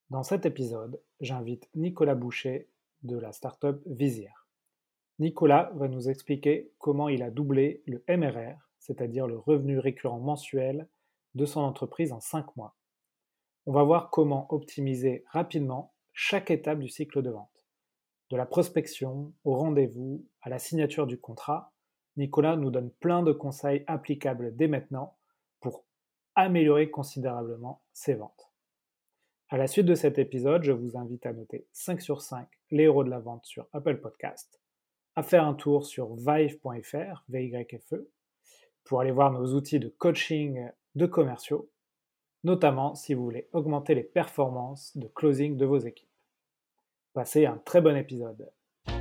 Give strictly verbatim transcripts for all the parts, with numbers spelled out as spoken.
Dans cet épisode, j'invite Nicolas Boucher de la startup Vizir. Nicolas va nous expliquer comment il a doublé le M R R, c'est-à-dire le revenu récurrent mensuel de son entreprise en cinq mois. On va voir comment optimiser rapidement chaque étape du cycle de vente. De la prospection au rendez-vous à la signature du contrat, Nicolas nous donne plein de conseils applicables dès maintenant pour améliorer considérablement ses ventes. À la suite de cet épisode, je vous invite à noter cinq sur cinq les héros de la vente sur Apple Podcast, à faire un tour sur vive point f r, V Y F E, pour aller voir nos outils de coaching de commerciaux, notamment si vous voulez augmenter les performances de closing de vos équipes. Passez un très bon épisode.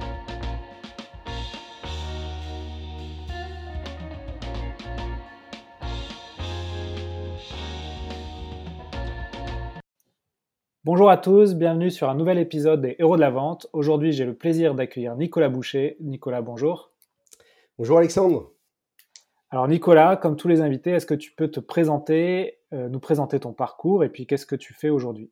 Bonjour à tous, bienvenue sur un nouvel épisode des Héros de la Vente. Aujourd'hui, j'ai le plaisir d'accueillir Nicolas Boucher. Nicolas, bonjour. Bonjour Alexandre. Alors Nicolas, comme tous les invités, est-ce que tu peux te présenter, euh, nous présenter ton parcours et puis qu'est-ce que tu fais aujourd'hui?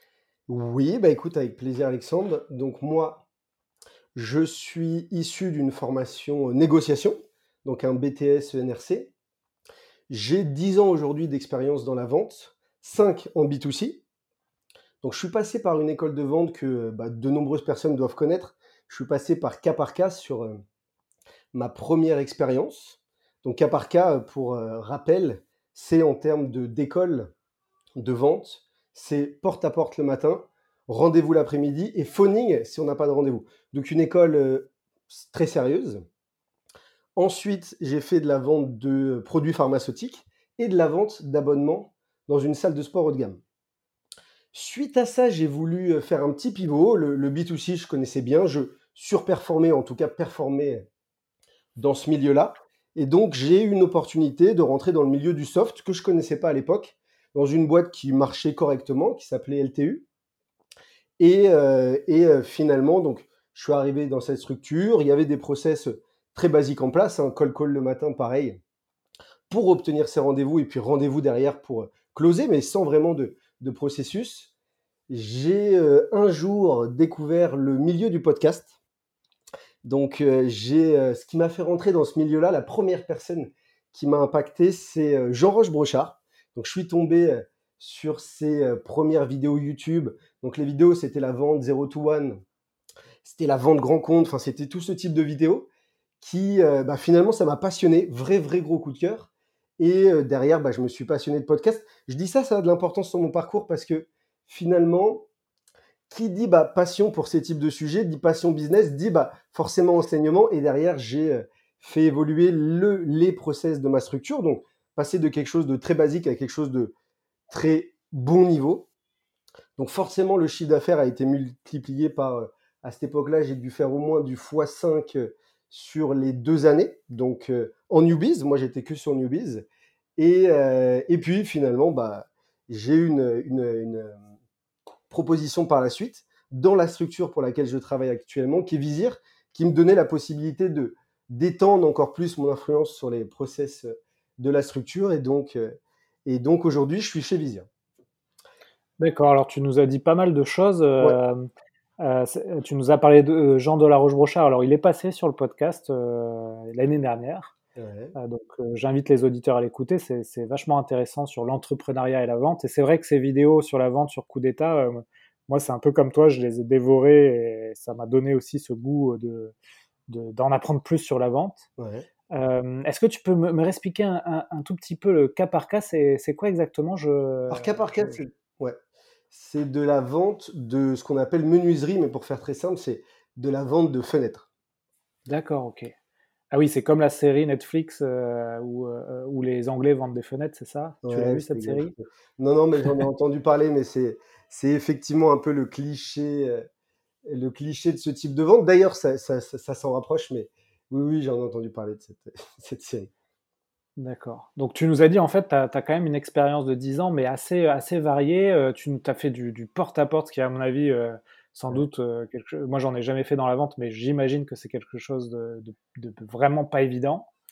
Oui, bah écoute, avec plaisir Alexandre. Donc moi, je suis issu d'une formation négociation, donc un B T S N R C. J'ai dix ans aujourd'hui d'expérience dans la vente, cinq en B deux C. Donc je suis passé par une école de vente que bah, de nombreuses personnes doivent connaître. Je suis passé par cas par cas sur euh, ma première expérience. Donc cas par cas, pour euh, rappel, c'est en termes de d'école de vente, c'est porte à porte le matin, rendez-vous l'après-midi et phoning si on n'a pas de rendez-vous. Donc une école euh, très sérieuse. Ensuite, j'ai fait de la vente de produits pharmaceutiques et de la vente d'abonnements dans une salle de sport haut de gamme. Suite à ça, j'ai voulu faire un petit pivot. Le, le B deux C, je connaissais bien. Je surperformais, en tout cas performais dans ce milieu-là. Et donc, j'ai eu une opportunité de rentrer dans le milieu du soft que je ne connaissais pas à l'époque, dans une boîte qui marchait correctement, qui s'appelait L T U. Et, euh, et euh, finalement, donc, je suis arrivé dans cette structure. Il y avait des process très basiques en place, un call call le matin, pareil, pour obtenir ses rendez-vous et puis rendez-vous derrière pour closer, mais sans vraiment de, de processus. J'ai euh, un jour découvert le milieu du podcast. Donc, euh, j'ai, euh, ce qui m'a fait rentrer dans ce milieu-là, la première personne qui m'a impacté, c'est euh, Jean Roche-Brochard. Donc, je suis tombé euh, sur ses euh, premières vidéos YouTube. Donc, les vidéos, c'était la vente zéro to one, c'était la vente grand compte, enfin, c'était tout ce type de vidéos qui, euh, bah, finalement, ça m'a passionné. Vrai, vrai gros coup de cœur. Et euh, derrière, bah, je me suis passionné de podcast. Je dis ça, ça a de l'importance sur mon parcours parce que finalement, qui dit bah, passion pour ces types de sujets, dit passion business, dit bah, forcément enseignement. Et derrière, j'ai euh, fait évoluer le, les process de ma structure. Donc, passer de quelque chose de très basique à quelque chose de très bon niveau. Donc, forcément, le chiffre d'affaires a été multiplié par, euh, à cette époque-là, j'ai dû faire au moins du fois cinq euh, sur les deux années. Donc, euh, en newbies, moi, j'étais que sur newbies. Et, euh, et puis, finalement, bah, j'ai eu une, une, une proposition par la suite dans la structure pour laquelle je travaille actuellement, qui est Vizir, qui me donnait la possibilité de d'étendre encore plus mon influence sur les process de la structure. Et donc, euh, et donc aujourd'hui, je suis chez Vizir. D'accord, alors tu nous as dit pas mal de choses. Ouais. euh, euh, c'est- tu nous as parlé de euh, Jean de la Roche-Brochard. Alors il est passé sur le podcast euh, l'année dernière. Ouais. Euh, donc euh, j'invite les auditeurs à l'écouter. C'est, c'est vachement intéressant sur l'entrepreneuriat et la vente. Et c'est vrai que ces vidéos sur la vente, sur coup d'état, euh, moi c'est un peu comme toi, je les ai dévorées et ça m'a donné aussi ce goût de, de- d'en apprendre plus sur la vente. Ouais. Euh, est-ce que tu peux me, me réexpliquer un, un- un tout petit peu le cas par cas? C'est, c'est quoi exactement? Je, Alors, cas par je- cas, c'est ouais. C'est de la vente de ce qu'on appelle menuiserie, mais pour faire très simple, c'est de la vente de fenêtres. D'accord, ok. Ah oui, c'est comme la série Netflix euh, où, euh, où les Anglais vendent des fenêtres, c'est ça? Tu l'as Ouais, vu c'est cette exact. série? Non, non, mais j'en ai entendu parler, mais c'est, c'est effectivement un peu le cliché, euh, le cliché de ce type de vente. D'ailleurs, ça, ça, ça, ça s'en rapproche, mais oui, oui, j'en ai entendu parler de cette, cette série. D'accord. Donc tu nous as dit en fait, tu as, quand même une expérience de dix ans, mais assez, assez variée. Euh, tu as fait du, du porte-à-porte, ce qui est à mon avis euh, sans Ouais. doute euh, quelque chose. Moi, j'en ai jamais fait dans la vente, mais j'imagine que c'est quelque chose de, de- de vraiment pas évident.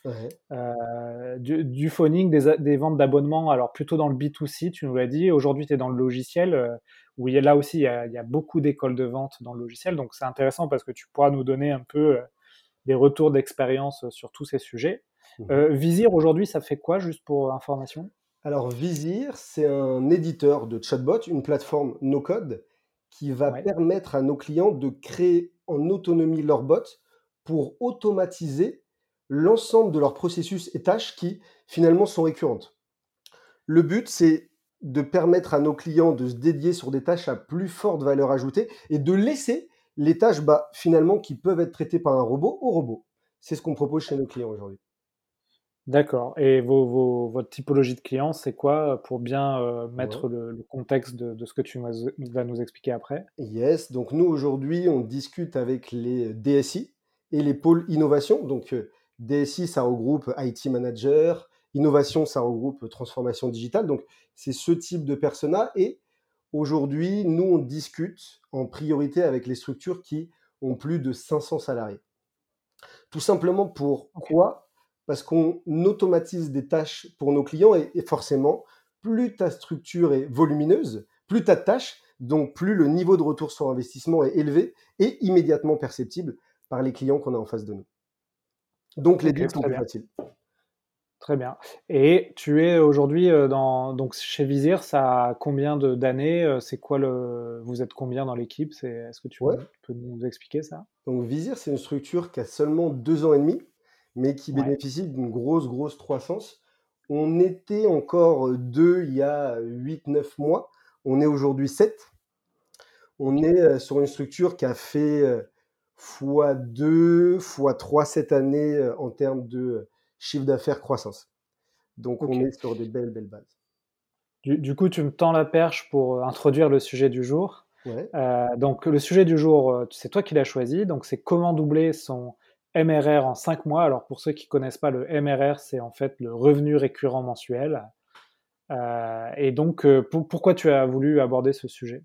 Ouais. Heu, du du phoning, des a des ventes d'abonnements, alors plutôt dans le B to C, tu nous l'as dit. Aujourd'hui, tu es dans le logiciel, heu, où il y a là aussi, il y a il y a beaucoup d'écoles de vente dans le logiciel, donc c'est intéressant parce que tu pourras nous donner un peu, heu, des retours d'expérience, sur tous ces sujets. Mmh. Heu, Vizir aujourd'hui, ça fait quoi, juste pour information? Alors Vizir, c'est un éditeur de chatbot, une plateforme no code qui va Ouais, permettre à nos clients de créer en autonomie leur bot pour automatiser l'ensemble de leurs processus et tâches qui finalement sont récurrentes. Le but, c'est de permettre à nos clients de se dédier sur des tâches à plus forte valeur ajoutée et de laisser les tâches, bah, finalement, qui peuvent être traitées par un robot au robot. C'est ce qu'on propose chez nos clients aujourd'hui. d'accord, et vos vos votre typologie de clients, c'est quoi, pour bien, heu, Ouais. mettre le le contexte de de ce que tu vas z vas nous expliquer après? Yes, donc nous aujourd'hui, on discute avec les D S I et les pôles innovation. Donc euh, D S I, ça regroupe I T manager, innovation, ça regroupe transformation digitale. Donc c'est ce type de persona. Et aujourd'hui, nous, on discute en priorité avec les structures qui ont plus de cinq cents salariés. Tout simplement OK. pourquoi? Parce qu'on automatise des tâches pour nos clients et, et forcément, plus ta structure est volumineuse, plus tu as de tâches, donc plus le niveau de retour sur investissement est élevé et immédiatement perceptible par les clients qu'on a en face de nous. Donc les OK, deals sont très plus bien. faciles. Très bien, et tu es aujourd'hui, heu, dans donc chez Vizir, ça a combien de d'années? Heu, c'est quoi le vous êtes combien dans l'équipe? C'est est-ce que tu Ouais. m peux nous expliquer ça? Donc Vizir, c'est une structure qui a seulement deux ans et demi, mais qui Ouais, bénéficie d'une grosse, grosse croissance. On était encore deux il y a huit, neuf mois. On est aujourd'hui sept. On OK, est, heu, sur une structure qui a fait, heu, fois deux, fois trois cette année, heu, en termes de, heu, chiffre d'affaires croissance. Donc on OK. est sur des belles, belles bases. Du du coup, tu me tends la perche pour, heu, introduire le sujet du jour. Ouais. Heu, donc le sujet du jour, heu, c'est toi qui l'as choisi, donc c'est comment doubler son M R R en cinq mois. Alors pour ceux qui connaissent pas, le M R R, c'est en fait le revenu récurrent mensuel. Heu et donc heu, pour pourquoi tu as voulu aborder ce sujet?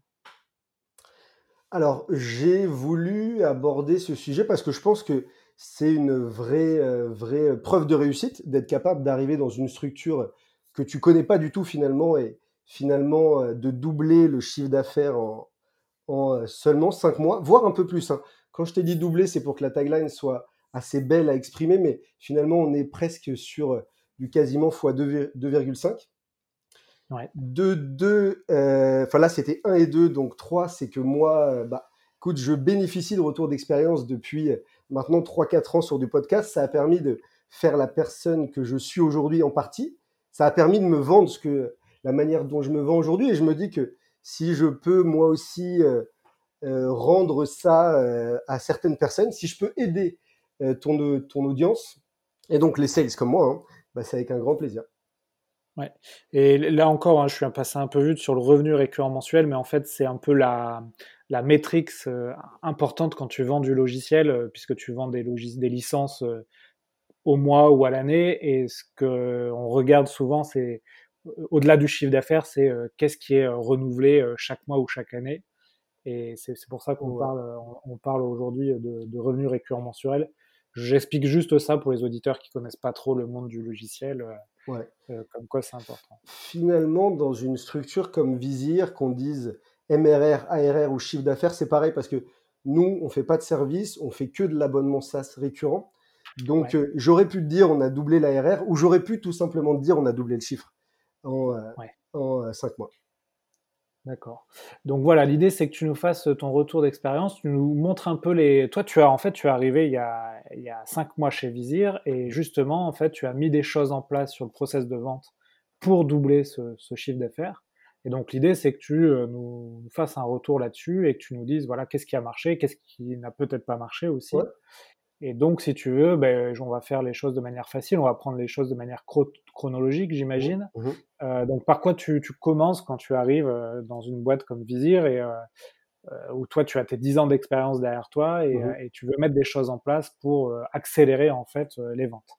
Alors, j'ai voulu aborder ce sujet parce que je pense que c'est une vraie, heu, vraie, preuve de réussite d'être capable d'arriver dans une structure que tu connais pas du tout finalement et finalement, heu, de doubler le chiffre d'affaires en en, heu, seulement cinq mois, voire un peu plus, hein. Quand je t'ai dit doubler, c'est pour que la tagline soit assez belle à exprimer, mais finalement, on est presque sur, heu, du quasiment fois deux vir deux virgule cinq. Ouais. De deux, heu, enfin là, c'était un et deux, donc trois, c'est que moi, heu, bah, écoute, je bénéficie de retours d'expérience depuis, heu, maintenant trois quatre ans sur du podcast. Ça a permis de faire la personne que je suis aujourd'hui en partie. Ça a permis de me vendre ce que la manière dont je me vends aujourd'hui et je me dis que si je peux moi aussi, heu heu, rendre ça, heu, à certaines personnes, si je peux aider, heu, ton, heu, ton audience et donc les sales comme moi, hein, bah, c'est avec un grand plaisir. Ouais, et là encore, hein, je suis passé un peu vite sur le revenu récurrent mensuel, mais en fait, c'est un peu la la métrique heu, importante quand tu vends du logiciel, heu, puisque tu vends des logis des licences, heu, au mois ou à l'année, et ce qu'on regarde souvent, c'est, au au-delà du chiffre d'affaires, c'est, heu, qu'est-ce qui est, heu, renouvelé, heu, chaque mois ou chaque année, et c'est c'est pour ça qu'on Ouais, parle, heu, on on parle aujourd'hui de de revenu récurrent mensuel. J'explique juste ça pour les auditeurs qui connaissent pas trop le monde du logiciel, heu ouais. heu, comme quoi c'est important. Finalement, dans une structure comme Vizir, qu'on dise M R R, A R R ou chiffre d'affaires, c'est pareil parce que nous, on fait pas de service, on fait que de l'abonnement SaaS récurrent. Donc, Ouais. heu, j'aurais pu te dire: «On a doublé l'A R R» ou j'aurais pu tout simplement te dire: «On a doublé le chiffre en, heu, Ouais. en, heu, cinq mois». D'accord. Donc voilà, l'idée, c'est que tu nous fasses ton retour d'expérience, tu nous montres un peu les toi, tu as en fait, tu es arrivé il y a il y a cinq mois chez Vizir, et justement, en fait, tu as mis des choses en place sur le process de vente pour doubler ce ce chiffre d'affaires, et donc l'idée, c'est que tu, heu, nous fasses un retour là-dessus et que tu nous dises, voilà, qu'est-ce qui a marché, qu'est-ce qui n'a peut-être pas marché Ouais. aussi, et donc si tu veux, beh, on va faire les choses de manière facile, on va prendre les choses de manière chro chronologique, Mmh. j'imagine. Mmh. Heu, donc par quoi tu tu commences quand tu arrives, heu, dans une boîte comme Vizir, et heu, heu, où toi tu as tes dix ans d'expérience derrière toi, et heu, Mmh. et tu veux mettre des choses en place pour, heu, accélérer en fait, heu, les ventes?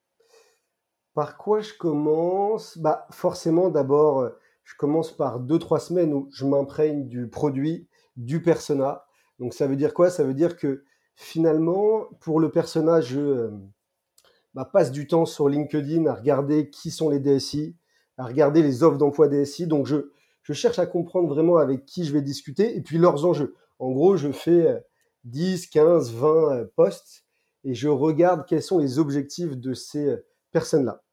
Par quoi je commence? Bah, forcément, d'abord, heu, je commence par deux trois semaines où je m'imprègne du produit, du persona. Donc ça veut dire quoi? Ça veut dire que finalement, pour le persona, je, hem bah, passe du temps sur LinkedIn à regarder qui sont les D S I, à regarder les offres d'emploi D S I. Donc, je, je cherche à comprendre vraiment avec qui je vais discuter et puis leurs enjeux. En gros, je fais euh, dix, quinze, vingt euh, posts et je regarde quels sont les objectifs de ces euh, personnes-là.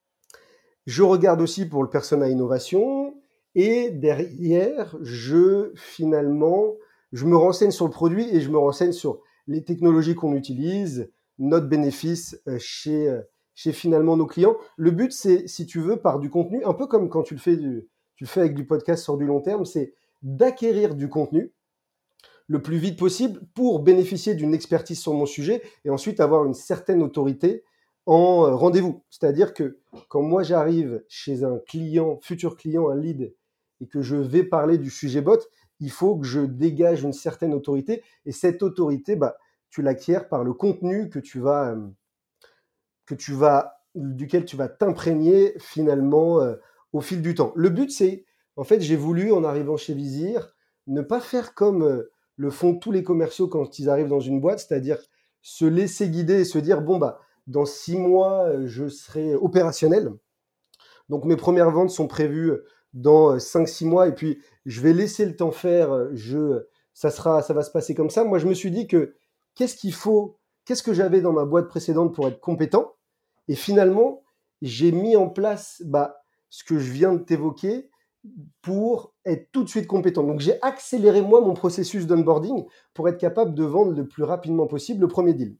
Je regarde aussi pour le persona innovation et derrière, je finalement, je me renseigne sur le produit et je me renseigne sur les technologies qu'on utilise, notre bénéfice euh, chez, euh, chez finalement nos clients. Le but, c'est, si tu veux, par du contenu, un peu comme quand tu le fais, du, tu le fais avec du podcast sur du long terme, c'est d'acquérir du contenu le plus vite possible pour bénéficier d'une expertise sur mon sujet et ensuite avoir une certaine autorité en euh, rendez-vous. C'est-à-dire que quand moi j'arrive chez un client, futur client, un lead, et que je vais parler du sujet bot, il faut que je dégage une certaine autorité et cette autorité, bah, tu l'acquiers par le contenu que tu vas, euh, que tu vas, duquel tu vas t'imprégner finalement euh, au fil du temps. Le but, c'est, en fait, j'ai voulu, en arrivant chez Vizir, ne pas faire comme euh, le font tous les commerciaux quand ils arrivent dans une boîte, c'est-à-dire se laisser guider et se dire, bon, bah, dans six mois, euh, je serai opérationnel. Donc, mes premières ventes sont prévues dans cinq six mois et puis je vais laisser le temps faire. Je, ça, sera, ça va se passer comme ça. Moi, je me suis dit que qu'est-ce qu'il faut, qu'est-ce que j'avais dans ma boîte précédente pour être compétent? Et finalement, j'ai mis en place bah, ce que je viens de t'évoquer pour être tout de suite compétent. Donc, j'ai accéléré, moi, mon processus d'onboarding pour être capable de vendre le plus rapidement possible le premier deal.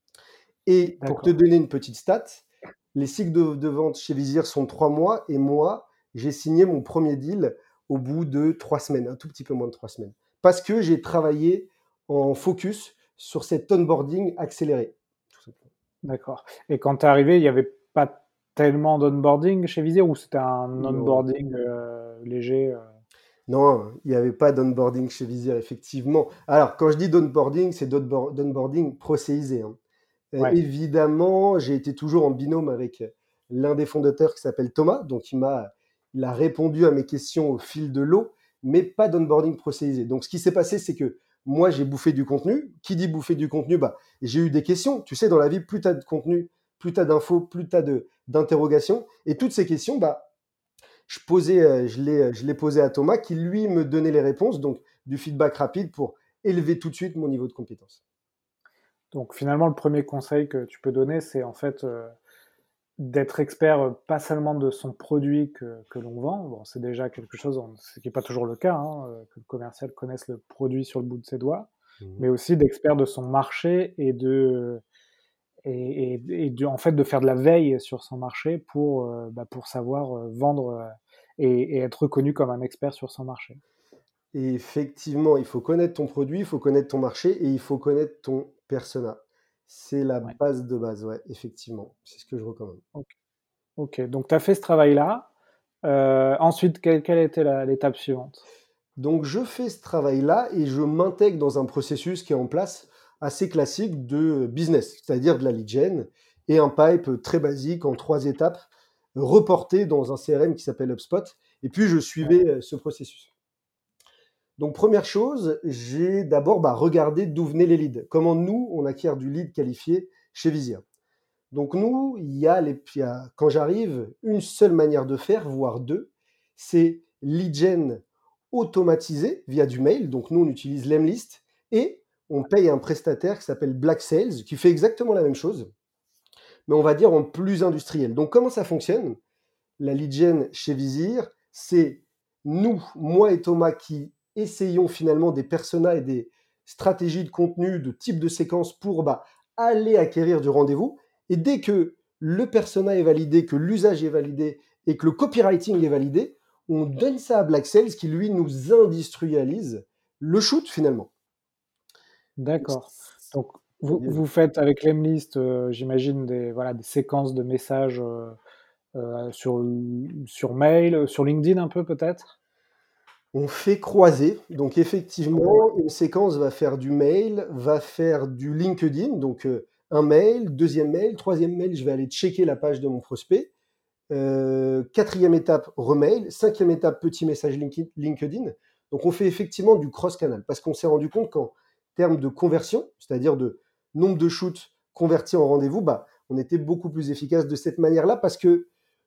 Et pour te D'accord. donner une petite stat, les cycles de, de vente chez Vizir sont de trois mois et moi, j'ai signé mon premier deal au bout de trois semaines, un tout petit peu moins de trois semaines. Parce que j'ai travaillé en focus sur cet onboarding accéléré. Tout simplement. D'accord. Et quand tu es arrivé, il n'y avait pas tellement d'onboarding chez Vizir ou c'était un Non, onboarding euh, léger euh non, il n'y avait pas d'onboarding chez Vizir, effectivement. Alors, quand je dis d'onboarding, c'est d'onboard- d'onboarding procéisé. Hein. Euh, Ouais, évidemment, j'ai été toujours en binôme avec l'un des fondateurs qui s'appelle Thomas, donc il m'a, il a répondu à mes questions au fil de l'eau, mais pas d'onboarding procédé. Donc ce qui s'est passé, c'est que moi, j'ai bouffé du contenu. Qui dit bouffer du contenu? Bah, j'ai eu des questions. Tu sais, dans la vie, plus tu as de contenu, plus tu as d'infos, plus tu as de, d'interrogations. Et toutes ces questions, bah, je, posais, euh, je, les, je les posais à Thomas qui, lui, me donnait les réponses, donc du feedback rapide pour élever tout de suite mon niveau de compétence. donc finalement, le premier conseil que tu peux donner, c'est en fait euh, d'être expert euh, pas seulement de son produit que, que l'on vend. Bon, c'est déjà quelque chose, on- ce qui n'est pas toujours le cas, hein, euh, que le commercial connaisse le produit sur le bout de ses doigts, Mhm. mais aussi d'expert de son marché et de et, et, et de, en fait de faire de la veille sur son marché pour euh, bah, pour savoir euh, vendre euh, et, et être reconnu comme un expert sur son marché. Et effectivement, il faut connaître ton produit, il faut connaître ton marché et il faut connaître ton persona. C'est la Ouais. base de base, ouais, effectivement. C'est ce que je recommande. Ok. Ok. Donc tu as fait ce travail-là. Euh, ensuite, quelle, quelle était la- l'étape suivante? Donc, je fais ce travail-là et je m'intègre dans un processus qui est en place assez classique de business, c'est-à-dire de la lead gen et un pipe très basique en trois étapes reporté dans un C R M qui s'appelle HubSpot. Et puis, je Ouais. suivais euh, ce processus. Donc, première chose, j'ai d'abord bah, regardé d'où venaient les leads. Comment nous, on acquiert du lead qualifié chez Vizir. Donc nous, il y a, les, il y a quand j'arrive, une seule manière de faire, voire deux, c'est lead gen automatisé via du mail. Donc nous, on utilise Lemlist et on paye un prestataire qui s'appelle Black Sales, qui fait exactement la même chose, mais on va dire en plus industriel. Donc comment ça fonctionne? La lead gen chez Vizir, c'est nous, moi et Thomas, qui essayons finalement des personas et des stratégies de contenu, de type de séquence pour bah, aller acquérir du rendez-vous. Et dès que le persona est validé, que l'usage est validé et que le copywriting est validé, on donne ça à Black Sales qui, lui, nous industrialise le shoot finalement. D'accord. Donc, vous, vous faites avec l'Emlist, euh, j'imagine, des, voilà, des séquences de messages euh, euh, sur, sur mail, euh, sur LinkedIn un peu peut-être? On fait croiser. Donc, Ouais. effectivement, une séquence va faire du mail, va faire du LinkedIn. Donc, euh, un mail, deuxième mail, troisième mail, je vais aller checker la page de mon prospect. Euh, quatrième étape, remail. Cinquième étape, petit message Linki- LinkedIn. Donc, on fait effectivement du cross-canal parce qu'on s'est rendu compte qu'en termes de conversion, c'est-à-dire de nombre de shoots convertis en rendez-vous, bah, on était beaucoup plus efficace de cette manière-là parce que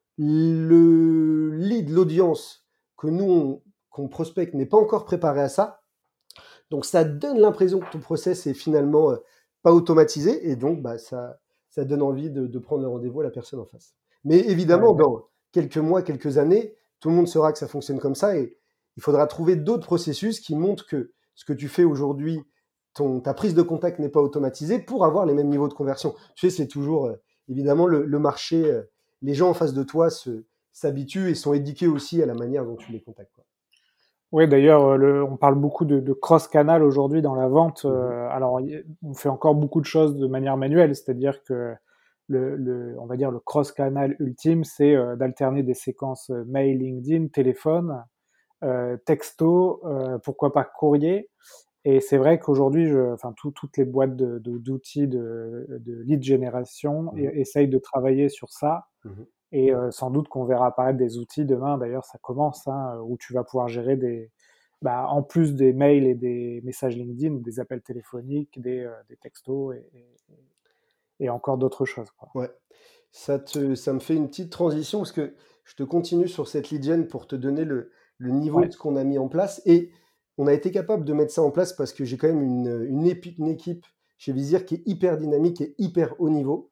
le lead, l'audience que nous, on, qu'on prospecte n'est pas encore préparé à ça. Donc, ça donne l'impression que ton process est finalement euh, pas automatisé et donc, bah, ça, ça donne envie de, de prendre le rendez-vous à la personne en face. Mais Ouais, évidemment, dans quelques mois, quelques années, tout le monde saura que ça fonctionne comme ça et il faudra trouver d'autres processus qui montrent que ce que tu fais aujourd'hui, ton, ta prise de contact n'est pas automatisée pour avoir les mêmes niveaux de conversion. Tu sais, c'est toujours, euh, évidemment, le, le marché, euh, les gens en face de toi se, s'habituent et sont éduqués aussi à la manière dont tu les contactes, quoi. oui, d'ailleurs, euh, le- on parle beaucoup de, de cross-canal aujourd'hui dans la vente. Mhm. Euh, alors, y- on fait encore beaucoup de choses de manière manuelle, c'est-à-dire que le, le- on va dire le cross-canal ultime, c'est euh, d'alterner des séquences euh, mail, LinkedIn, téléphone, euh, texto, euh, pourquoi pas courrier. Et c'est vrai qu'aujourd'hui, je, enfin, tout- toutes les boîtes de, de- d'outils de, de lead generation Mhm. e- essayent de travailler sur ça. Mhm. Et euh, sans doute qu'on verra apparaître des outils demain, d'ailleurs ça commence, hein, où tu vas pouvoir gérer des, bah, en plus des mails et des messages LinkedIn, des appels téléphoniques, des, euh, des textos et, et- et encore d'autres choses, quoi. Ouais. Ça te, ça me fait une petite transition parce que je te continue sur cette lead gen pour te donner le, le niveau de Ouais, ce qu'on a mis en place. Et on a été capable de mettre ça en place parce que j'ai quand même une, une, épi- une équipe chez Vizir qui est hyper dynamique et hyper haut niveau.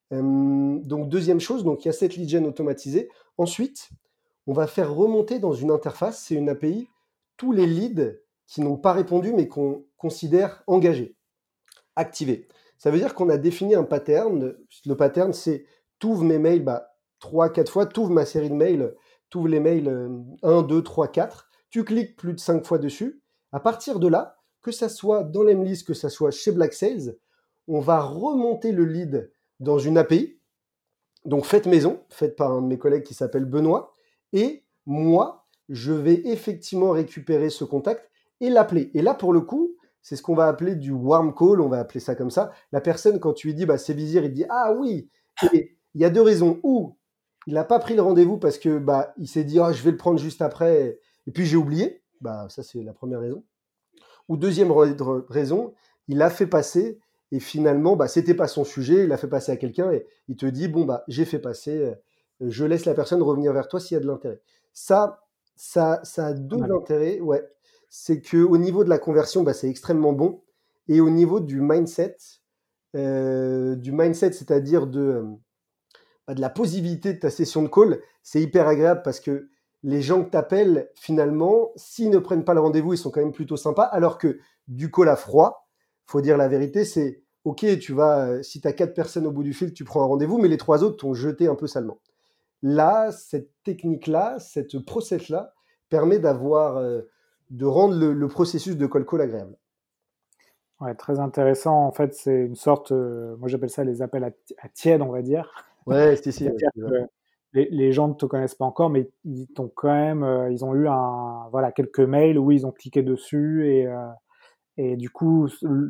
Euh, donc, deuxième chose, donc il y a cette lead gen automatisée. Ensuite, on va faire remonter dans une interface, c'est une A P I, tous les leads qui n'ont pas répondu mais qu'on considère engagés, activés. Ça veut dire qu'on a défini un pattern. Le pattern, c'est t'ouvres mes mails bah, trois, quatre fois, t'ouvres ma série de mails, t'ouvres les mails euh, un, deux, trois, quatre, tu cliques plus de cinq fois dessus. À partir de là, que ça soit dans l'Emlist, que ça soit chez Black Sales, on va remonter le lead dans une A P I, donc faite maison, faite par un de mes collègues qui s'appelle Benoît, et moi, je vais effectivement récupérer ce contact et l'appeler. Et là, pour le coup, c'est ce qu'on va appeler du warm call, on va appeler ça comme ça. La personne, quand tu lui dis, bah, c'est Vizir, il dit, ah oui. Et il y a deux raisons. Ou il n'a pas pris le rendez-vous parce que bah, il s'est dit, ah, je vais le prendre juste après, et puis j'ai oublié. Bah, ça, c'est la première raison. Ou deuxième raison, il a fait passer et finalement, bah, c'était pas son sujet, il a fait passer à quelqu'un et il te dit, bon, bah, j'ai fait passer, euh, je laisse la personne revenir vers toi s'il y a de l'intérêt. Ça, ça, ça a pas deux mal. intérêts, ouais. C'est qu'au niveau de la conversion, bah, c'est extrêmement bon. Et au niveau du mindset, euh, du mindset, c'est-à-dire de, euh, bah, de la positivité de ta session de call, c'est hyper agréable parce que les gens que tu appelles, finalement, s'ils ne prennent pas le rendez-vous, ils sont quand même plutôt sympas. Alors que du call à froid, faut dire la vérité, c'est OK, tu vas, euh, si tu as quatre personnes au bout du fil, tu prends un rendez-vous, mais les trois autres t'ont jeté un peu salement. Là, cette technique-là, cette process-là, permet d'avoir, euh, de rendre le, le processus de call call agréable. Ouais, très intéressant. En fait, c'est une sorte, euh, moi j'appelle ça les appels à, ti- à tiède, on va dire. Ouais, si, si, ouais, C'est-à-dire c'est ça. que les, les gens ne te connaissent pas encore, mais ils t'ont quand même, euh, ils ont eu un, voilà, quelques mails où ils ont cliqué dessus et, euh, et du coup,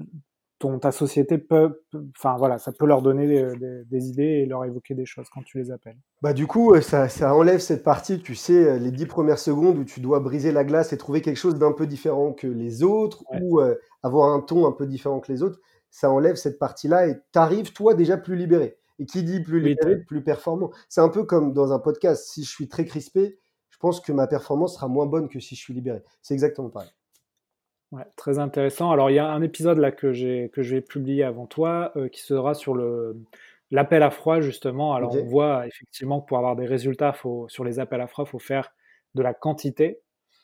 ton, ta société peut, peut- enfin voilà, ça peut leur donner des, des- des idées et leur évoquer des choses quand tu les appelles. Bah, du coup, euh, ça, ça enlève cette partie, tu sais, euh, les dix premières secondes où tu dois briser la glace et trouver quelque chose d'un peu différent que les autres Ouais, ou euh, avoir un ton un peu différent que les autres. Ça enlève cette partie-là et t'arrives, toi, déjà plus libéré. Et qui dit plus oui, libéré, plus performant. C'est un peu comme dans un podcast. Si je suis très crispé, je pense que ma performance sera moins bonne que si je suis libéré. C'est exactement pareil. ouais, très intéressant. Alors il y a un épisode là que j'ai que je vais publier avant toi euh, qui sera sur le l'appel à froid justement. Alors on Ok. voit effectivement que pour avoir des résultats, faut, sur les appels à froid, il faut faire de la quantité.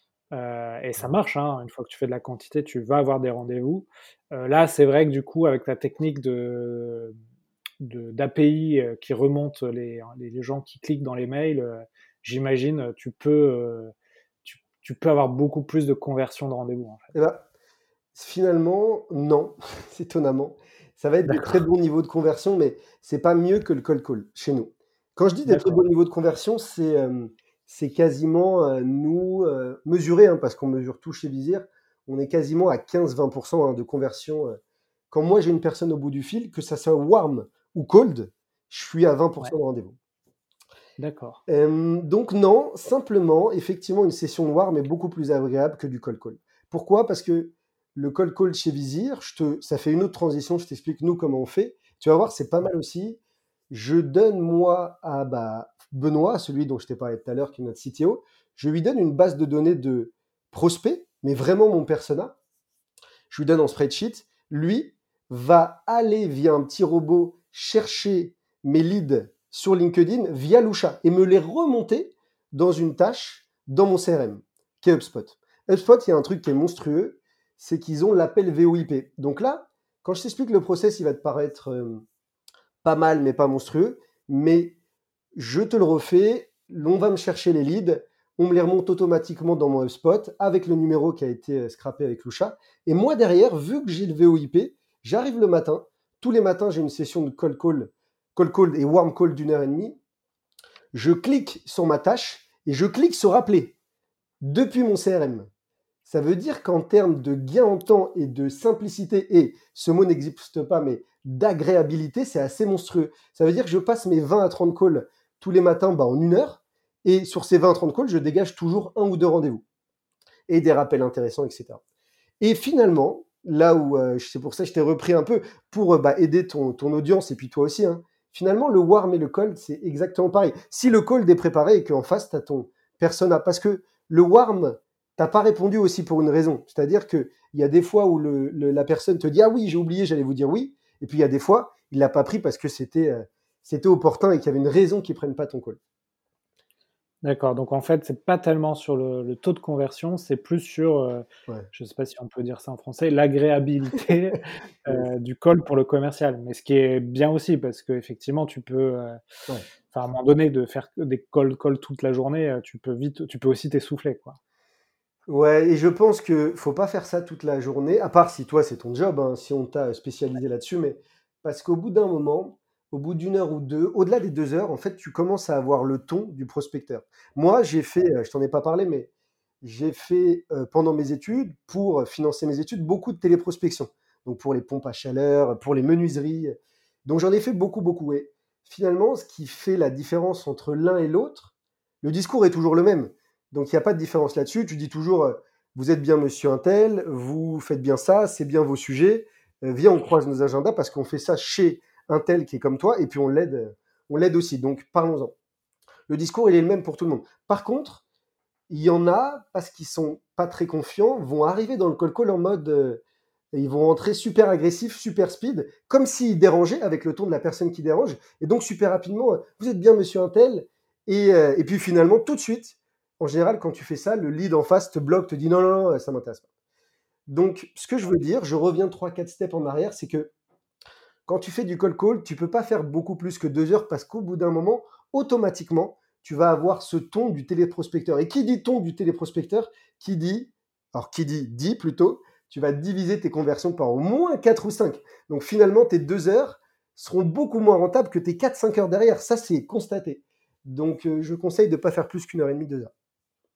Euh, et ça marche, hein. Une fois que tu fais de la quantité, tu vas avoir des rendez-vous. Euh, là, c'est vrai que du coup, avec ta technique de, de- d'A P I euh, qui remonte les, les, les gens qui cliquent dans les mails, euh, j'imagine, tu peux, euh, tu, tu peux avoir beaucoup plus de conversion de rendez-vous, en fait. Eh ben, finalement, non, c'est étonnamment. Ça va être des très D'accord, bons niveaux de conversion, mais c'est pas mieux que le cold call chez nous. Quand je dis des très d'accord. bons niveaux de conversion, c'est euh, c'est quasiment euh, nous euh, mesurer, hein, parce qu'on mesure tout chez Vizir, on est quasiment à quinze vingt pour cent hein, de conversion. euh. Quand moi j'ai une personne au bout du fil, que ça soit warm ou cold, je suis à Ouais, vingt pour cent de rendez-vous. d'accord. Euh, donc non, simplement, effectivement, une session warm est beaucoup plus agréable que du cold call. Pourquoi? Parce que le cold call chez Vizir, je te, ça fait une autre transition, je t'explique nous comment on fait. Tu vas voir, c'est pas Ouais, mal aussi. Je donne, moi, à bah, Benoît, celui dont je t'ai parlé tout à l'heure, qui est notre C T O, je lui donne une base de données de prospects, mais vraiment mon persona. Je lui donne en spreadsheet. Lui va aller via un petit robot chercher mes leads sur LinkedIn via Lusha et me les remonter dans une tâche dans mon C R M, qui est HubSpot. HubSpot, il y a un truc qui est monstrueux, c'est qu'ils ont l'appel V O I P. Donc là, quand je t'explique le process, il va te paraître euh, pas mal, mais pas monstrueux. Mais je te le refais, on va me chercher les leads, on me les remonte automatiquement dans mon HubSpot avec le numéro qui a été euh, scrappé avec Lusha. Et moi, derrière, vu que j'ai le V O I P, j'arrive le matin. Tous les matins, j'ai une session de cold call, cold call et warm call d'une heure et demie. Je clique sur ma tâche et je clique sur appeler depuis mon C R M. Ça veut dire qu'en termes de gain en temps et de simplicité, et ce mot n'existe pas, mais d'agréabilité, c'est assez monstrueux. Ça veut dire que je passe mes vingt à trente calls tous les matins bah, en une heure, et sur ces vingt à trente calls, je dégage toujours un ou deux rendez-vous, et des rappels intéressants, et cetera. Et finalement, là où euh, c'est pour ça que je t'ai repris un peu, pour euh, bah, aider ton, ton audience, et puis toi aussi, hein, finalement, le warm et le cold, c'est exactement pareil. Si le cold est préparé et qu'en face, tu as ton persona, parce que le warm, t'as pas répondu aussi pour une raison. C'est-à-dire qu'il y a des fois où le, le, la personne te dit « Ah oui, j'ai oublié, j'allais vous dire oui », et puis il y a des fois, il l'a pas pris parce que c'était euh, c'était opportun et qu'il y avait une raison qu'il prenne pas ton call. D'accord, donc en fait, c'est pas tellement sur le, le taux de conversion, c'est plus sur, euh, Ouais. je sais pas si on peut dire ça en français, l'agréabilité Yes. euh, du call pour le commercial. Mais ce qui est bien aussi, parce qu'effectivement, tu peux, euh, Ouais. enfin, à un moment donné, de faire que des call calls toute la journée, euh, tu peux vite, tu peux aussi t'essouffler, quoi. Ouais, et je pense que faut pas faire ça toute la journée, à part si toi c'est ton job, hein, si on t'a spécialisé là-dessus, mais parce qu'au bout d'un moment, au bout d'une heure ou deux, au-delà des deux heures, en fait, tu commences à avoir le ton du prospecteur. Moi, j'ai fait, euh, je t'en ai pas parlé, mais j'ai fait euh, pendant mes études, pour financer mes études, beaucoup de téléprospection. Donc pour les pompes à chaleur, pour les menuiseries. Donc j'en ai fait beaucoup, beaucoup. Et finalement, ce qui fait la différence entre l'un et l'autre, le discours est toujours le même. Donc il n'y a pas de différence là-dessus. Tu dis toujours, euh, vous êtes bien monsieur Untel, vous faites bien ça, c'est bien vos sujets. Euh, viens, on croise nos agendas parce qu'on fait ça chez Untel qui est comme toi et puis on l'aide, euh, on l'aide aussi. Donc parlons-en. Le discours, il est le même pour tout le monde. Par contre, il y en a, parce qu'ils sont pas très confiants, vont arriver dans le call call en mode, euh, ils vont rentrer super agressif, super speed, comme s'ils dérangeaient avec le ton de la personne qui dérange. Et donc super rapidement, euh, vous êtes bien monsieur Untel. Et, euh, et puis finalement, tout de suite, en général, quand tu fais ça, le lead en face te bloque, te dit non, non, non, ça m'intéresse pas. Donc, ce que je veux dire, je reviens trois quatre steps en arrière, c'est que quand tu fais du call call, tu peux pas faire beaucoup plus que deux heures parce qu'au bout d'un moment, automatiquement, tu vas avoir ce ton du téléprospecteur. Et qui dit ton du téléprospecteur, qui dit, alors qui dit, dit plutôt, tu vas diviser tes conversions par au moins quatre ou cinq. Donc finalement, tes deux heures seront beaucoup moins rentables que tes quatre cinq heures derrière. Ça, c'est constaté. Donc euh, je conseille de ne pas faire plus qu'une heure et demie, deux heures.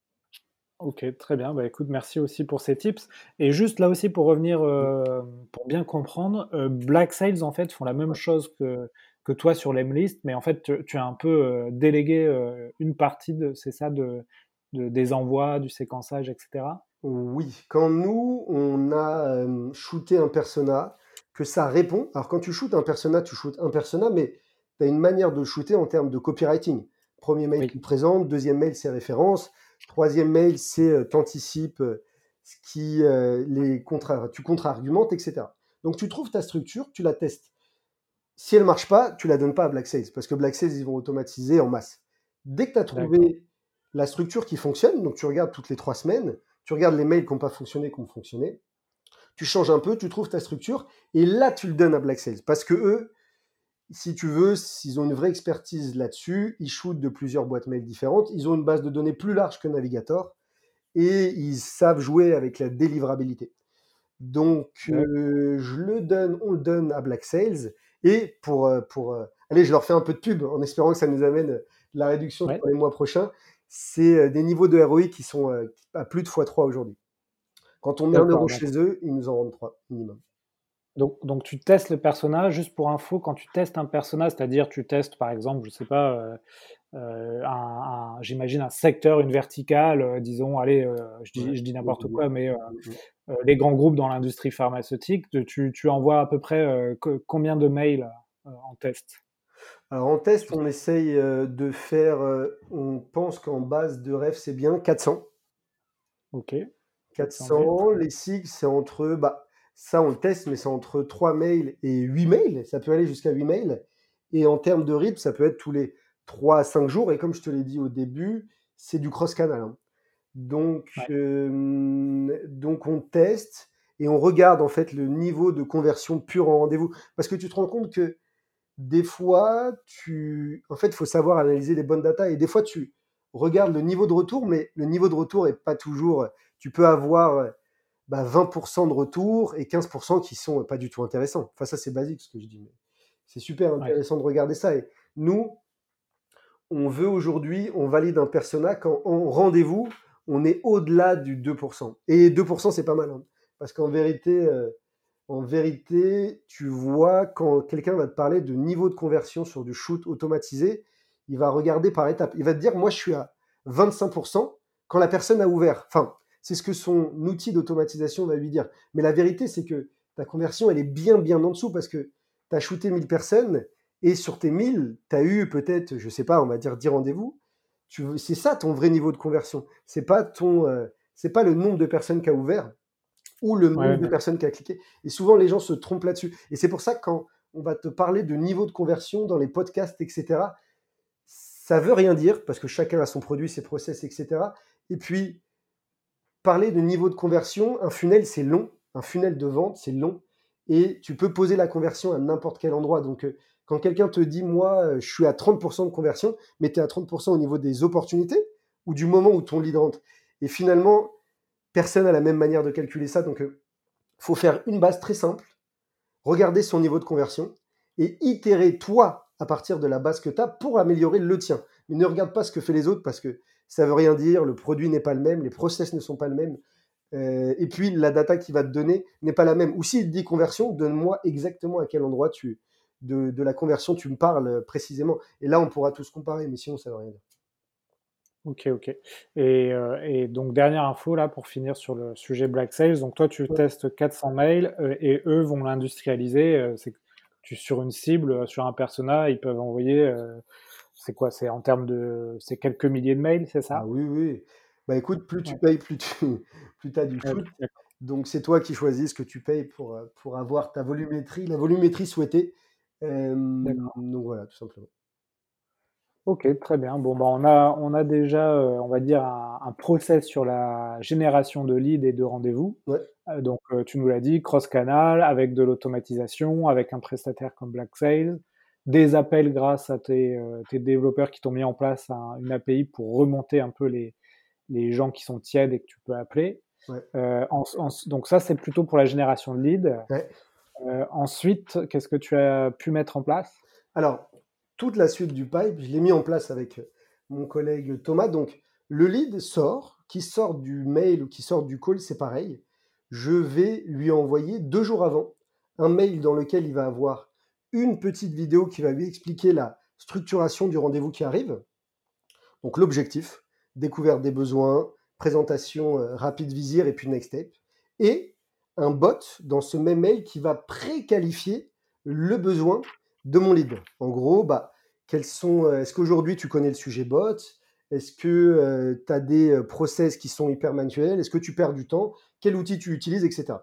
Ok, très bien. Bah, écoute, merci aussi pour ces tips. Et juste là aussi pour revenir, euh, pour bien comprendre, euh, Black Sales en fait font la même Ouais. chose que, que toi sur l'Emlist, mais en fait tu, tu as un peu euh, délégué euh, une partie de, c'est ça, de, de- des envois, du séquençage, et cetera. Oui, quand nous, on a euh, shooté un persona, que ça répond. Alors, quand tu shootes un persona, tu shootes un persona, mais tu as une manière de le shooter en termes de copywriting. Premier mail, tu Oui, le présentes. Deuxième mail, c'est référence. Troisième mail, c'est euh, t'anticipes euh, ce qui, euh, les contra tu contre-argumentes, et cetera. Donc, tu trouves ta structure, tu la testes. Si elle marche pas, tu la donnes pas à Black Sales, parce que Black Sales, ils vont automatiser en masse. Dès que tu as d'accord. trouvé la structure qui fonctionne, donc tu regardes toutes les trois semaines, tu regardes les mails qui n'ont pas fonctionné, qui ont fonctionné, tu changes un peu, tu trouves ta structure, et là, tu le donnes à Black Sales. Parce que eux, si tu veux, s'ils ont une vraie expertise là-dessus, ils shootent de plusieurs boîtes mail différentes, ils ont une base de données plus large que Navigator, et ils savent jouer avec la délivrabilité. Donc, D'accord. euh, je le donne, on le donne à Black Sales. Et pour, euh, pour euh, allez, je leur fais un peu de pub en espérant que ça nous amène euh, la réduction Ouais, sur les mois prochains. C'est euh, des niveaux de R O I qui sont euh, à plus de fois trois aujourd'hui. Quand on met un euro d'accord. Donc, chez eux, ils nous en rendent trois minimum. donc, donc tu testes le personnage, juste pour info, quand tu testes un personnage, c'est-à-dire tu testes par exemple, je sais pas, euh, euh, un, un- j'imagine un secteur, une verticale, euh, disons, allez, euh, je Ouais, dis, je dis n'importe immobilier. quoi, mais euh, Mm, mm, mm. euh, les grands groupes dans l'industrie pharmaceutique, tu, tu envoies à peu près euh, que- combien de mails euh, en test? Alors en test, Tu on sais? essaye euh, de faire, euh, on pense qu'en base de rêve, c'est bien quatre cents. OK, quatre cents mails, très quatre cents, bien. les cycles, c'est entre, bah, ça on le teste, mais c'est entre trois mails et huit mails. Ça peut aller jusqu'à huit mails. Et en termes de rythme, ça peut être tous les trois à cinq jours. Et comme je te l'ai dit au début, c'est du cross-canal, hein. Donc, Ouais, euh, donc on teste et on regarde en fait le niveau de conversion pure en rendez-vous. Parce que tu te rends compte que des fois, tu... en fait, il faut savoir analyser les bonnes datas. Et des fois, tu regardes le niveau de retour, mais le niveau de retour est pas toujours. Tu peux avoir euh, bah, vingt pour cent de retour et quinze pour cent qui sont pas du tout intéressants. Enfin, ça, c'est basique ce que je dis. Mais c'est super ouais, intéressant de regarder ça. Et nous, on veut aujourd'hui, on valide un persona quand en rendez-vous, on est au-delà du deux pour cent. Et deux pour cent, c'est pas mal, hein. Parce qu'en vérité, euh, en vérité, tu vois, quand quelqu'un va te parler de niveau de conversion sur du shoot automatisé, il va regarder par étapes. Il va te dire, moi, je suis à vingt-cinq pour cent quand la personne a ouvert. Enfin, c'est ce que son outil d'automatisation va lui dire. Mais la vérité, c'est que ta conversion, elle est bien, bien en dessous parce que tu as shooté mille personnes et sur tes mille, tu as eu peut-être, je sais pas, on va dire dix rendez-vous. Tu, c'est ça ton vrai niveau de conversion. C'est pas ton, euh, c'est pas le nombre de personnes qui a ouvert ou le ouais, nombre de bien sûr. personnes qui a cliqué. Et souvent, les gens se trompent là-dessus. Et c'est pour ça que quand on va te parler de niveau de conversion dans les podcasts, et cetera, ça veut rien dire parce que chacun a son produit, ses process, et cetera. Et puis, parler de niveau de conversion, un funnel, c'est long. Un funnel de vente, c'est long. Et tu peux poser la conversion à n'importe quel endroit. Donc, euh, quand quelqu'un te dit, moi, euh, je suis à trente pour cent de conversion, mais tu es à trente pour cent au niveau des opportunités ou du moment où ton lead rentre. Et finalement, personne n'a la même manière de calculer ça. Donc, euh, faut faire une base très simple, regarder son niveau de conversion et itérer toi à partir de la base que tu as pour améliorer le tien. Mais ne regarde pas ce que fait les autres parce que ça veut rien dire, le produit n'est pas le même, les process ne sont pas le même. Euh, et puis la data qu'il va te donner n'est pas la même. Ou s'il te dit conversion, donne-moi exactement à quel endroit tu, de, de la conversion tu me parles précisément. Et là, on pourra tous comparer, mais sinon, ça ne veut rien dire. OK, OK. Et, euh, et donc, dernière info là pour finir sur le sujet Black Sales. Donc, toi, tu Ouais. testes quatre cents mails euh, et eux vont l'industrialiser. euh, c'est que tu sur une cible, euh, sur un persona, ils peuvent envoyer. euh, c'est quoi? C'est en termes de. C'est quelques milliers de mails, c'est Ah ça? oui, oui. Bah écoute, plus tu Ouais, payes, plus tu plus as du ouais, shoot. d'accord. Donc c'est toi qui choisis ce que tu payes pour, euh, pour avoir ta volumétrie, la volumétrie souhaitée. Euh, D'accord. donc voilà, tout simplement. OK, très bien. Bon, bah, on a on a déjà, heu, on va dire un un process sur la génération de leads et de rendez-vous. Ouais, Heu, donc, heu, tu nous l'as dit, cross-canal avec de l'automatisation, avec un prestataire comme Black Sales, des appels grâce à tes, heu, tes développeurs qui t'ont mis en place un une A P I pour remonter un peu les les gens qui sont tièdes et que tu peux appeler. ouais, Heu, enc enc donc ça, c'est plutôt pour la génération de leads. ouais. Heu, ensuite, qu'est-ce que tu as pu mettre en place? Alors, toute la suite du pipe, je l'ai mis en place avec euh, mon collègue Thomas. Donc, le lead sort, qui sort du mail ou qui sort du call, c'est pareil. Je vais lui envoyer deux jours avant un mail dans lequel il va avoir une petite vidéo qui va lui expliquer la structuration du rendez-vous qui arrive. Donc, l'objectif, découverte des besoins, présentation euh, rapide visir et puis next step. Et un bot dans ce même mail qui va préqualifier le besoin de mon lead. En gros, bah, quels sont, euh, est-ce qu'aujourd'hui tu connais le sujet bot? Est-ce que euh, tu as des euh, process qui sont hyper manuels? Est-ce que tu perds du temps? Quel outil tu utilises, et cetera.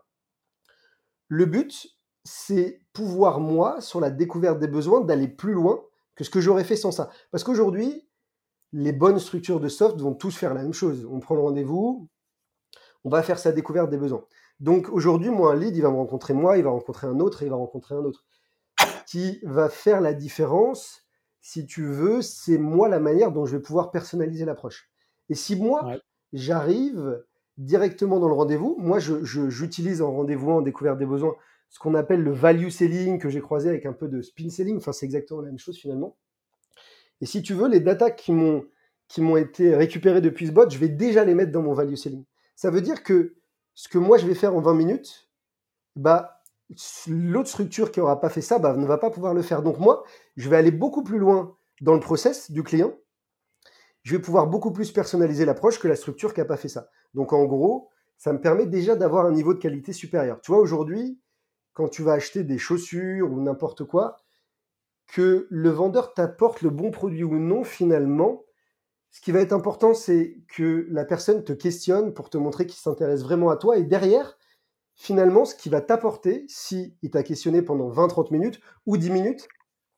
Le but, c'est pouvoir, moi, sur la découverte des besoins, d'aller plus loin que ce que j'aurais fait sans ça. Parce qu'aujourd'hui, les bonnes structures de soft vont tous faire la même chose. On prend le rendez-vous, on va faire sa découverte des besoins. Donc aujourd'hui, moi, un lead, il va me rencontrer moi, il va rencontrer un autre, et il va rencontrer un autre. Ce qui va faire la différence, si tu veux, c'est moi la manière dont je vais pouvoir personnaliser l'approche. Et si moi, Ouais, j'arrive directement dans le rendez-vous, moi, je, je, j'utilise en rendez-vous, en découverte des besoins, ce qu'on appelle le value selling, que j'ai croisé avec un peu de spin selling. Enfin, c'est exactement la même chose finalement. Et si tu veux, les datas qui m'ont, qui m'ont été récupérées depuis ce bot, je vais déjà les mettre dans mon value selling. Ça veut dire que ce que moi je vais faire en vingt minutes, bah, l'autre structure qui n'aura pas fait ça bah, ne va pas pouvoir le faire. Donc moi, je vais aller beaucoup plus loin dans le process du client. Je vais pouvoir beaucoup plus personnaliser l'approche que la structure qui n'a pas fait ça. Donc en gros, ça me permet déjà d'avoir un niveau de qualité supérieur. Tu vois, aujourd'hui, quand tu vas acheter des chaussures ou n'importe quoi, que le vendeur t'apporte le bon produit ou non, finalement, ce qui va être important, c'est que la personne te questionne pour te montrer qu'il s'intéresse vraiment à toi. Et derrière, finalement, ce qui va t'apporter, si il t'a questionné pendant vingt trente minutes ou dix minutes,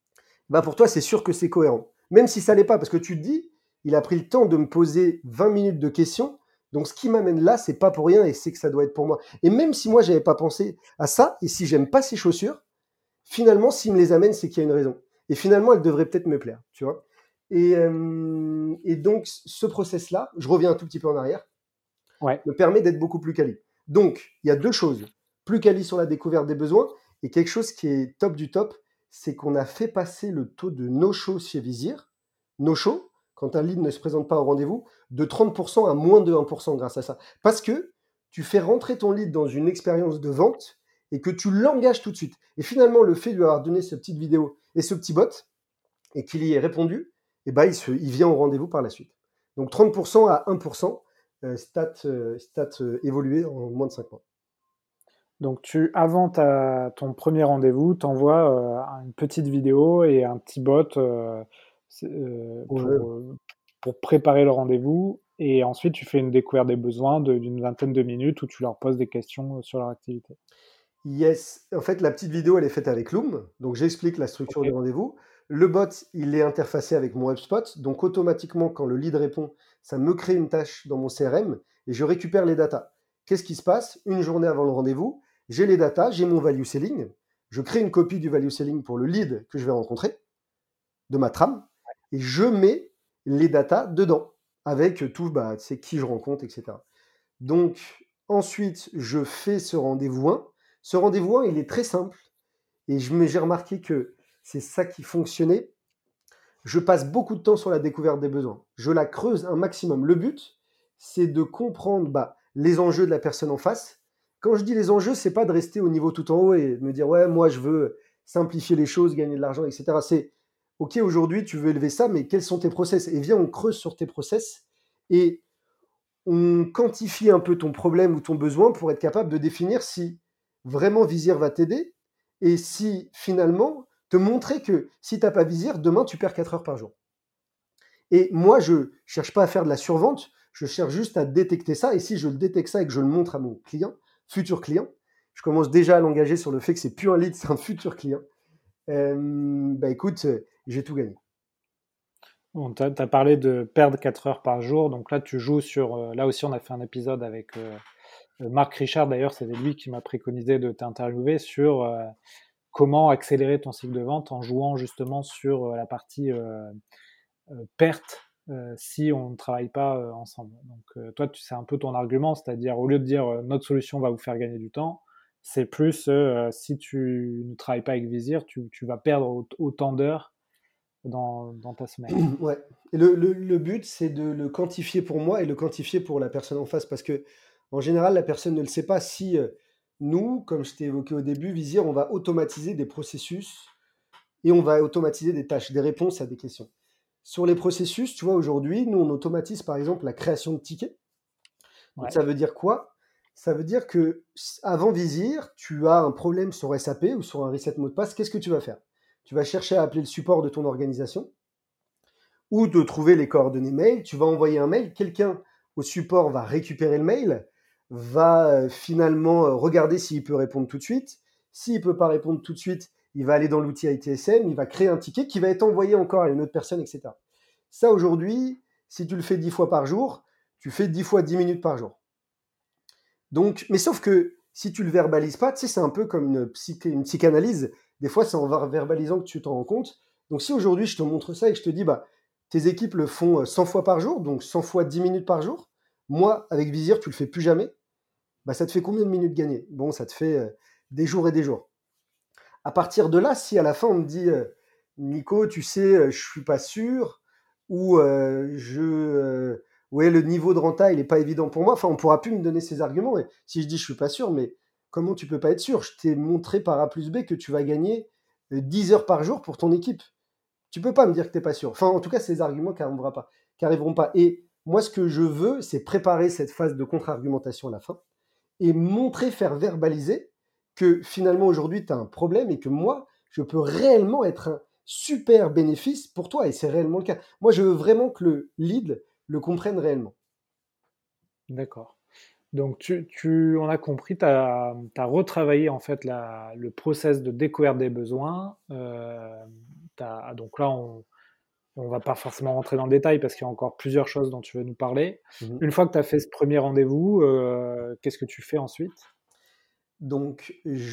bah pour toi, c'est sûr que c'est cohérent. Même si ça l'est pas, parce que tu te dis, il a pris le temps de me poser vingt minutes de questions, donc ce qui m'amène là, c'est pas pour rien et c'est que ça doit être pour moi. Et même si moi, j'avais pas pensé à ça, et si j'aime pas ces chaussures, finalement, s'il me les amène, c'est qu'il y a une raison. Et finalement, elles devraient peut-être me plaire, tu vois. Et, euh, et donc, ce process-là, je reviens un tout petit peu en arrière, Ouais. me permet d'être beaucoup plus quali. Donc, il y a deux choses. Plus quali sur la découverte des besoins, et quelque chose qui est top du top, c'est qu'on a fait passer le taux de no-show chez Vizir, no-show, quand un lead ne se présente pas au rendez-vous, de trente pour cent à moins de un pour cent grâce à ça. Parce que tu fais rentrer ton lead dans une expérience de vente et que tu l'engages tout de suite. Et finalement, le fait de lui avoir donné cette petite vidéo et ce petit bot, et qu'il y ait répondu, et ben, il, se, il vient au rendez-vous par la suite. Donc trente pour cent à un pour cent, euh, stats, euh, stats euh, évoluées en moins de cinq mois. Donc, tu, avant ta, ton premier rendez-vous, tu envoies euh, une petite vidéo et un petit bot euh, c'est, euh, Ouais. pour, euh, pour préparer le rendez-vous. Et ensuite, tu fais une découverte des besoins de- d'une vingtaine de minutes où tu leur poses des questions sur leur activité. Yes, en fait, la petite vidéo, elle est faite avec Loom. Donc, j'explique la structure du Ok. rendez-vous. Le bot, il est interfacé avec mon HubSpot. Donc, automatiquement, quand le lead répond, ça me crée une tâche dans mon C R M et je récupère les datas. Qu'est-ce qui se passe? Une journée avant le rendez-vous, j'ai les datas, j'ai mon value selling. Je crée une copie du value selling pour le lead que je vais rencontrer, de ma trame, et je mets les datas dedans avec tout, bah, tu sais, qui je rencontre, et cetera. Donc, ensuite, je fais ce rendez-vous un. Ce rendez-vous un, il est très simple. Et je me- j'ai remarqué que c'est ça qui fonctionnait. Je passe beaucoup de temps sur la découverte des besoins. Je la creuse un maximum. Le but, c'est de comprendre bah, les enjeux de la personne en face. Quand je dis les enjeux, c'est pas de rester au niveau tout en haut et de me dire, ouais, moi, je veux simplifier les choses, gagner de l'argent, et cetera. C'est, OK, aujourd'hui, tu veux élever ça, mais quels sont tes process? Et viens, on creuse sur tes process et on quantifie un peu ton problème ou ton besoin pour être capable de définir si vraiment Vizir va t'aider et si finalement te montrer que si tu n'as pas Vizir, demain tu perds quatre heures par jour. Et moi, je ne cherche pas à faire de la survente, je cherche juste à détecter ça. Et si je le détecte ça et que je le montre à mon client, futur client, je commence déjà à l'engager sur le fait que c'est plus un lead, c'est un futur client. Euh, bah écoute, j'ai tout gagné. Bon, tu as parlé de perdre quatre heures par jour. Donc là, tu joues sur. Euh, là aussi, on a fait un épisode avec euh, Marc Richard. D'ailleurs, c'est lui qui m'a préconisé de t'interviewer sur euh, comment accélérer ton cycle de vente en jouant justement sur euh, la partie euh, euh, perte euh, si on ne travaille pas euh, ensemble. Donc euh, toi, tu, c'est un peu ton argument, c'est-à-dire au lieu de dire euh, notre solution va vous faire gagner du temps, c'est plus euh, si tu ne travailles pas avec Vizir, tu, tu vas perdre autant d'heures dans, dans ta semaine. Ouais. Et le, le- le but, c'est de le quantifier pour moi et le quantifier pour la personne en face. Parce que, en général, la personne ne le sait pas. Si euh, nous, comme je t'ai évoqué au début, Vizir, on va automatiser des processus et on va automatiser des tâches, des réponses à des questions. Sur les processus, tu vois, aujourd'hui, nous, on automatise par exemple la création de tickets. Donc, Ouais. ça veut dire quoi? Ça veut dire que s- avant Vizir, tu as un problème sur S A P ou sur un reset mot de passe. Qu'est-ce que tu vas faire? Tu vas chercher à appeler le support de ton organisation ou de trouver les coordonnées mail. Tu vas envoyer un mail, quelqu'un au support va récupérer le mail, va euh, finalement euh, regarder s'il peut répondre tout de suite. S'il ne peut pas répondre tout de suite, il va aller dans l'outil I T S M, il va créer un ticket qui va être envoyé encore à une autre personne, et cetera. Ça, aujourd'hui, si tu le fais dix fois par jour, tu fais dix fois dix minutes par jour. Donc, mais sauf que si tu le verbalises pas, tu sais, c'est un peu comme une, psyché, une psychanalyse. Des fois, c'est en verbalisant que tu t'en rends compte. Donc, si aujourd'hui, je te montre ça et que je te dis, bah, tes équipes le font cent fois par jour, donc cent fois dix minutes par jour, moi, avec Vizir, tu le fais plus jamais, bah, ça te fait combien de minutes gagnées? Bon, ça te fait euh, des jours et des jours. À partir de là, si à la fin, on me dit, euh, Nico, tu sais, euh, je suis pas sûr, ou euh, je... euh, ouais, le niveau de renta, il n'est pas évident pour moi. Enfin, on ne pourra plus me donner ces arguments. Et si je dis je suis pas sûr, mais comment tu peux pas être sûr? Je t'ai montré par A plus B que tu vas gagner euh, dix heures par jour pour ton équipe. Tu peux pas me dire que tu n'es pas sûr. Enfin, en tout cas, ces arguments qui n'arriveront pas, qui arriveront pas. Et moi, ce que je veux, c'est préparer cette phase de contre-argumentation à la fin et montrer, faire verbaliser que finalement aujourd'hui tu as un problème et que moi, je peux réellement être un, super bénéfice pour toi et c'est réellement le cas. Moi, je veux vraiment que le lead le comprenne réellement. D'accord. Donc tu, tu- on a compris, tu as, retravaillé en fait la- le process de découverte des besoins. Euh, t'as- donc là, on ne va pas forcément rentrer dans le détail parce qu'il y a encore plusieurs choses dont tu veux nous parler. Mmh. Une fois que tu as fait ce premier rendez-vous, euh, qu'est-ce que tu fais ensuite? Donc,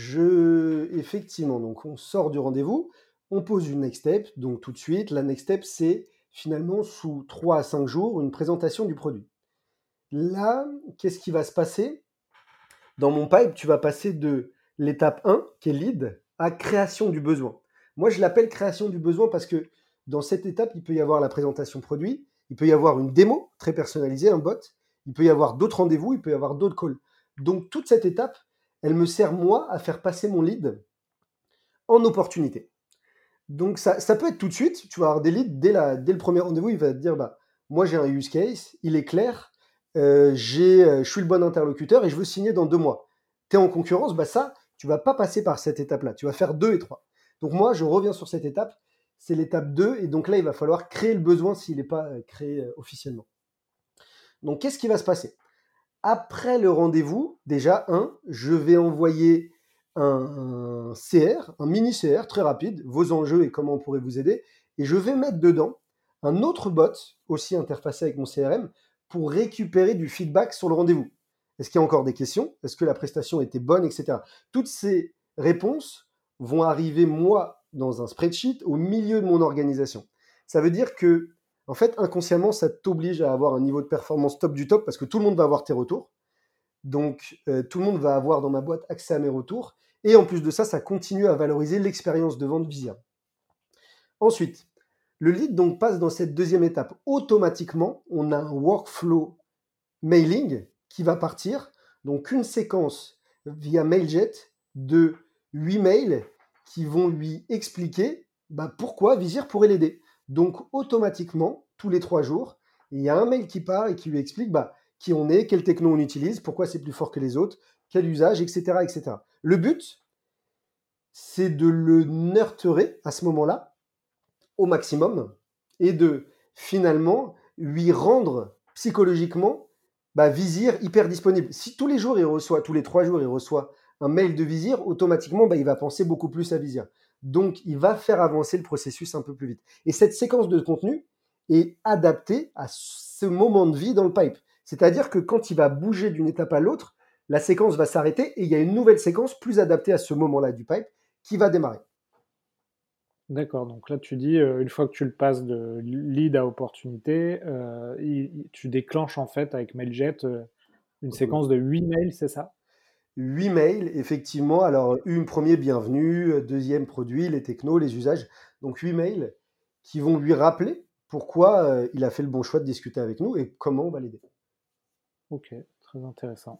je effectivement, donc on sort du rendez-vous, on pose une next step, donc tout de suite, la next step, c'est finalement sous trois à cinq jours, une présentation du produit. Là, qu'est-ce qui va se passer? Dans mon pipe, tu vas passer de l'étape un, qui est lead, à création du besoin. Moi, je l'appelle création du besoin parce que dans cette étape, il peut y avoir la présentation produit, il peut y avoir une démo très personnalisée, un bot, il peut y avoir d'autres rendez-vous, il peut y avoir d'autres calls. Donc, toute cette étape, elle me sert, moi, à faire passer mon lead en opportunité. Donc, ça, ça peut être tout de suite, tu vas avoir des leads dès, la, dès le premier rendez-vous, il va te dire, bah, moi, j'ai un use case, il est clair, euh, j'ai, euh, je suis le bon interlocuteur et je veux signer dans deux mois. Tu es en concurrence, bah ça, tu vas pas passer par cette étape-là. Tu vas faire deux et trois. Donc moi, je reviens sur cette étape. C'est l'étape deux. Et donc là, il va falloir créer le besoin s'il n'est pas euh, créé euh, officiellement. Donc, qu'est-ce qui va se passer? Après le rendez-vous, déjà, un, je vais envoyer un, un C R, un mini C R très rapide, vos enjeux et comment on pourrait vous aider. Et je vais mettre dedans un autre bot, aussi interfacé avec mon C R M, pour récupérer du feedback sur le rendez-vous. Est-ce qu'il y a encore des questions? Est-ce que la prestation était bonne, et cetera. Toutes ces réponses vont arriver, moi, dans un spreadsheet au milieu de mon organisation. Ça veut dire que, en fait, inconsciemment, ça t'oblige à avoir un niveau de performance top du top parce que tout le monde va avoir tes retours. Donc, euh, tout le monde va avoir dans ma boîte accès à mes retours. Et en plus de ça, ça continue à valoriser l'expérience de vente Visia. Ensuite, le lead donc passe dans cette deuxième étape. Automatiquement, on a un workflow mailing qui va partir. Donc, une séquence via Mailjet de huit mails qui vont lui expliquer bah, pourquoi Vizir pourrait l'aider. Donc, automatiquement, tous les trois jours, il y a un mail qui part et qui lui explique bah, qui on est, quelle techno on utilise, pourquoi c'est plus fort que les autres, quel usage, et cetera, et cetera. Le but, c'est de le nurturer à ce moment-là au maximum et de finalement lui rendre psychologiquement bah, Vizir hyper disponible. Si tous les jours il reçoit, tous les trois jours il reçoit un mail de Vizir, automatiquement bah, il va penser beaucoup plus à Vizir. Donc il va faire avancer le processus un peu plus vite. Et cette séquence de contenu est adaptée à ce moment de vie dans le pipe. C'est-à-dire que quand il va bouger d'une étape à l'autre, la séquence va s'arrêter et il y a une nouvelle séquence plus adaptée à ce moment-là du pipe qui va démarrer. D'accord, donc là tu dis, euh, une fois que tu le passes de lead à opportunité, euh, il- il- tu déclenches en fait avec Mailjet euh, une Mhm. séquence de huit mails, c'est ça? Huit mails, effectivement. Alors, une premier bienvenue, euh, deuxième produit, les technos, les usages. Donc, huit mails qui vont lui rappeler pourquoi euh, il a fait le bon choix de discuter avec nous et comment on va l'aider. Ok, très intéressant.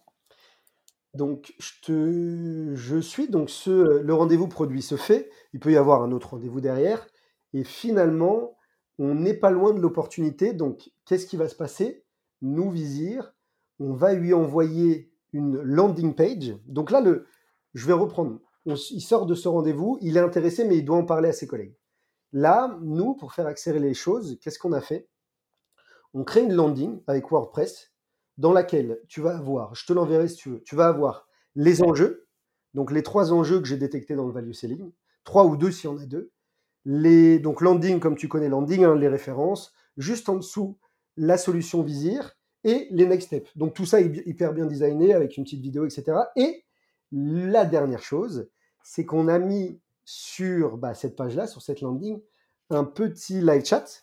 Donc, je, te, je suis donc ce, le rendez-vous produit se fait. Il peut y avoir un autre rendez-vous derrière. Et finalement, on n'est pas loin de l'opportunité. Donc, qu'est-ce qui va se passer? Nous, Vizir, on va lui envoyer une landing page. Donc là, le, je vais reprendre. On- il sort de ce rendez-vous, il est intéressé, mais il doit en parler à ses collègues. Là, nous, pour faire accélérer les choses, qu'est-ce qu'on a fait? On crée une landing avec WordPress dans laquelle tu vas avoir, je te l'enverrai si tu veux, tu vas avoir les enjeux, donc les trois enjeux que j'ai détectés dans le value selling, trois ou deux s'il y en a deux. Les, donc landing, comme tu connais landing, hein, les références, juste en dessous, la solution Vizir et les next steps. Donc tout ça est hyper bien designé avec une petite vidéo, et cetera. Et la dernière chose, c'est qu'on a mis sur bah, cette page-là, sur cette landing, un petit live chat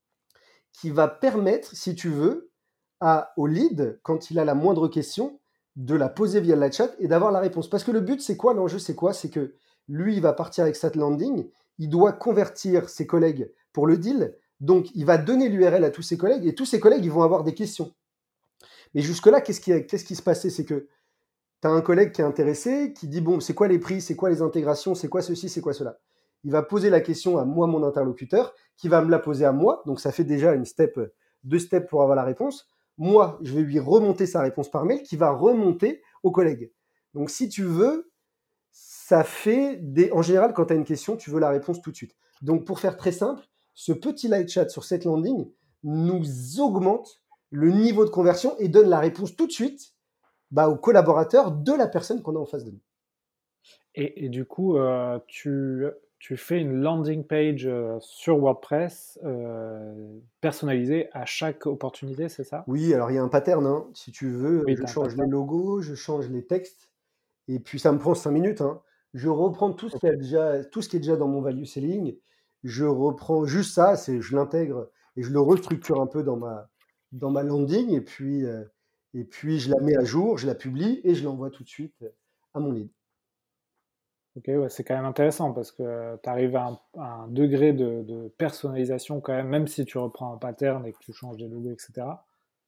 qui va permettre, si tu veux, à, au lead, quand il a la moindre question, de la poser via la chat et d'avoir la réponse. Parce que le but, c'est quoi? L'enjeu, c'est quoi? C'est que lui, il va partir avec cette landing, il doit convertir ses collègues pour le deal, donc il va donner l'U R L à tous ses collègues et tous ses collègues, ils vont avoir des questions. Mais jusque-là, qu'est-ce qui, qu'est-ce qui se passait? C'est que tu as un collègue qui est intéressé, qui dit, bon, c'est quoi les prix, c'est quoi les intégrations, c'est quoi ceci, c'est quoi cela. Il va poser la question à moi, mon interlocuteur, qui va me la poser à moi, donc ça fait déjà une step, deux steps pour avoir la réponse. Moi, je vais lui remonter sa réponse par mail, qui va remonter au collègue. Donc si tu veux, ça fait des... En général, quand tu as une question, tu veux la réponse tout de suite. Donc, pour faire très simple, ce petit live chat sur cette landing nous augmente le niveau de conversion et donne la réponse tout de suite bah, aux collaborateurs de la personne qu'on a en face de nous. Et, et du coup, euh, tu, tu fais une landing page euh, sur WordPress euh, personnalisée à chaque opportunité, c'est ça? Oui, alors il y a un pattern, hein. Si tu veux, Oui, je tu as un change le pattern. logo, je change les textes, et puis ça me prend cinq minutes, hein. Je reprends tout ce Ok. qui a déjà, tout ce qui est déjà dans mon value selling. Je reprends juste ça, c'est, je l'intègre et je le restructure un peu dans ma, dans ma landing, et puis, euh, et puis je la mets à jour, je la publie et je l'envoie tout de suite euh, à mon lead. Ok, ouais, c'est quand même intéressant parce que tu arrives à un, à un degré de, de personnalisation quand même, même si tu reprends un pattern et que tu changes des logos, et cetera,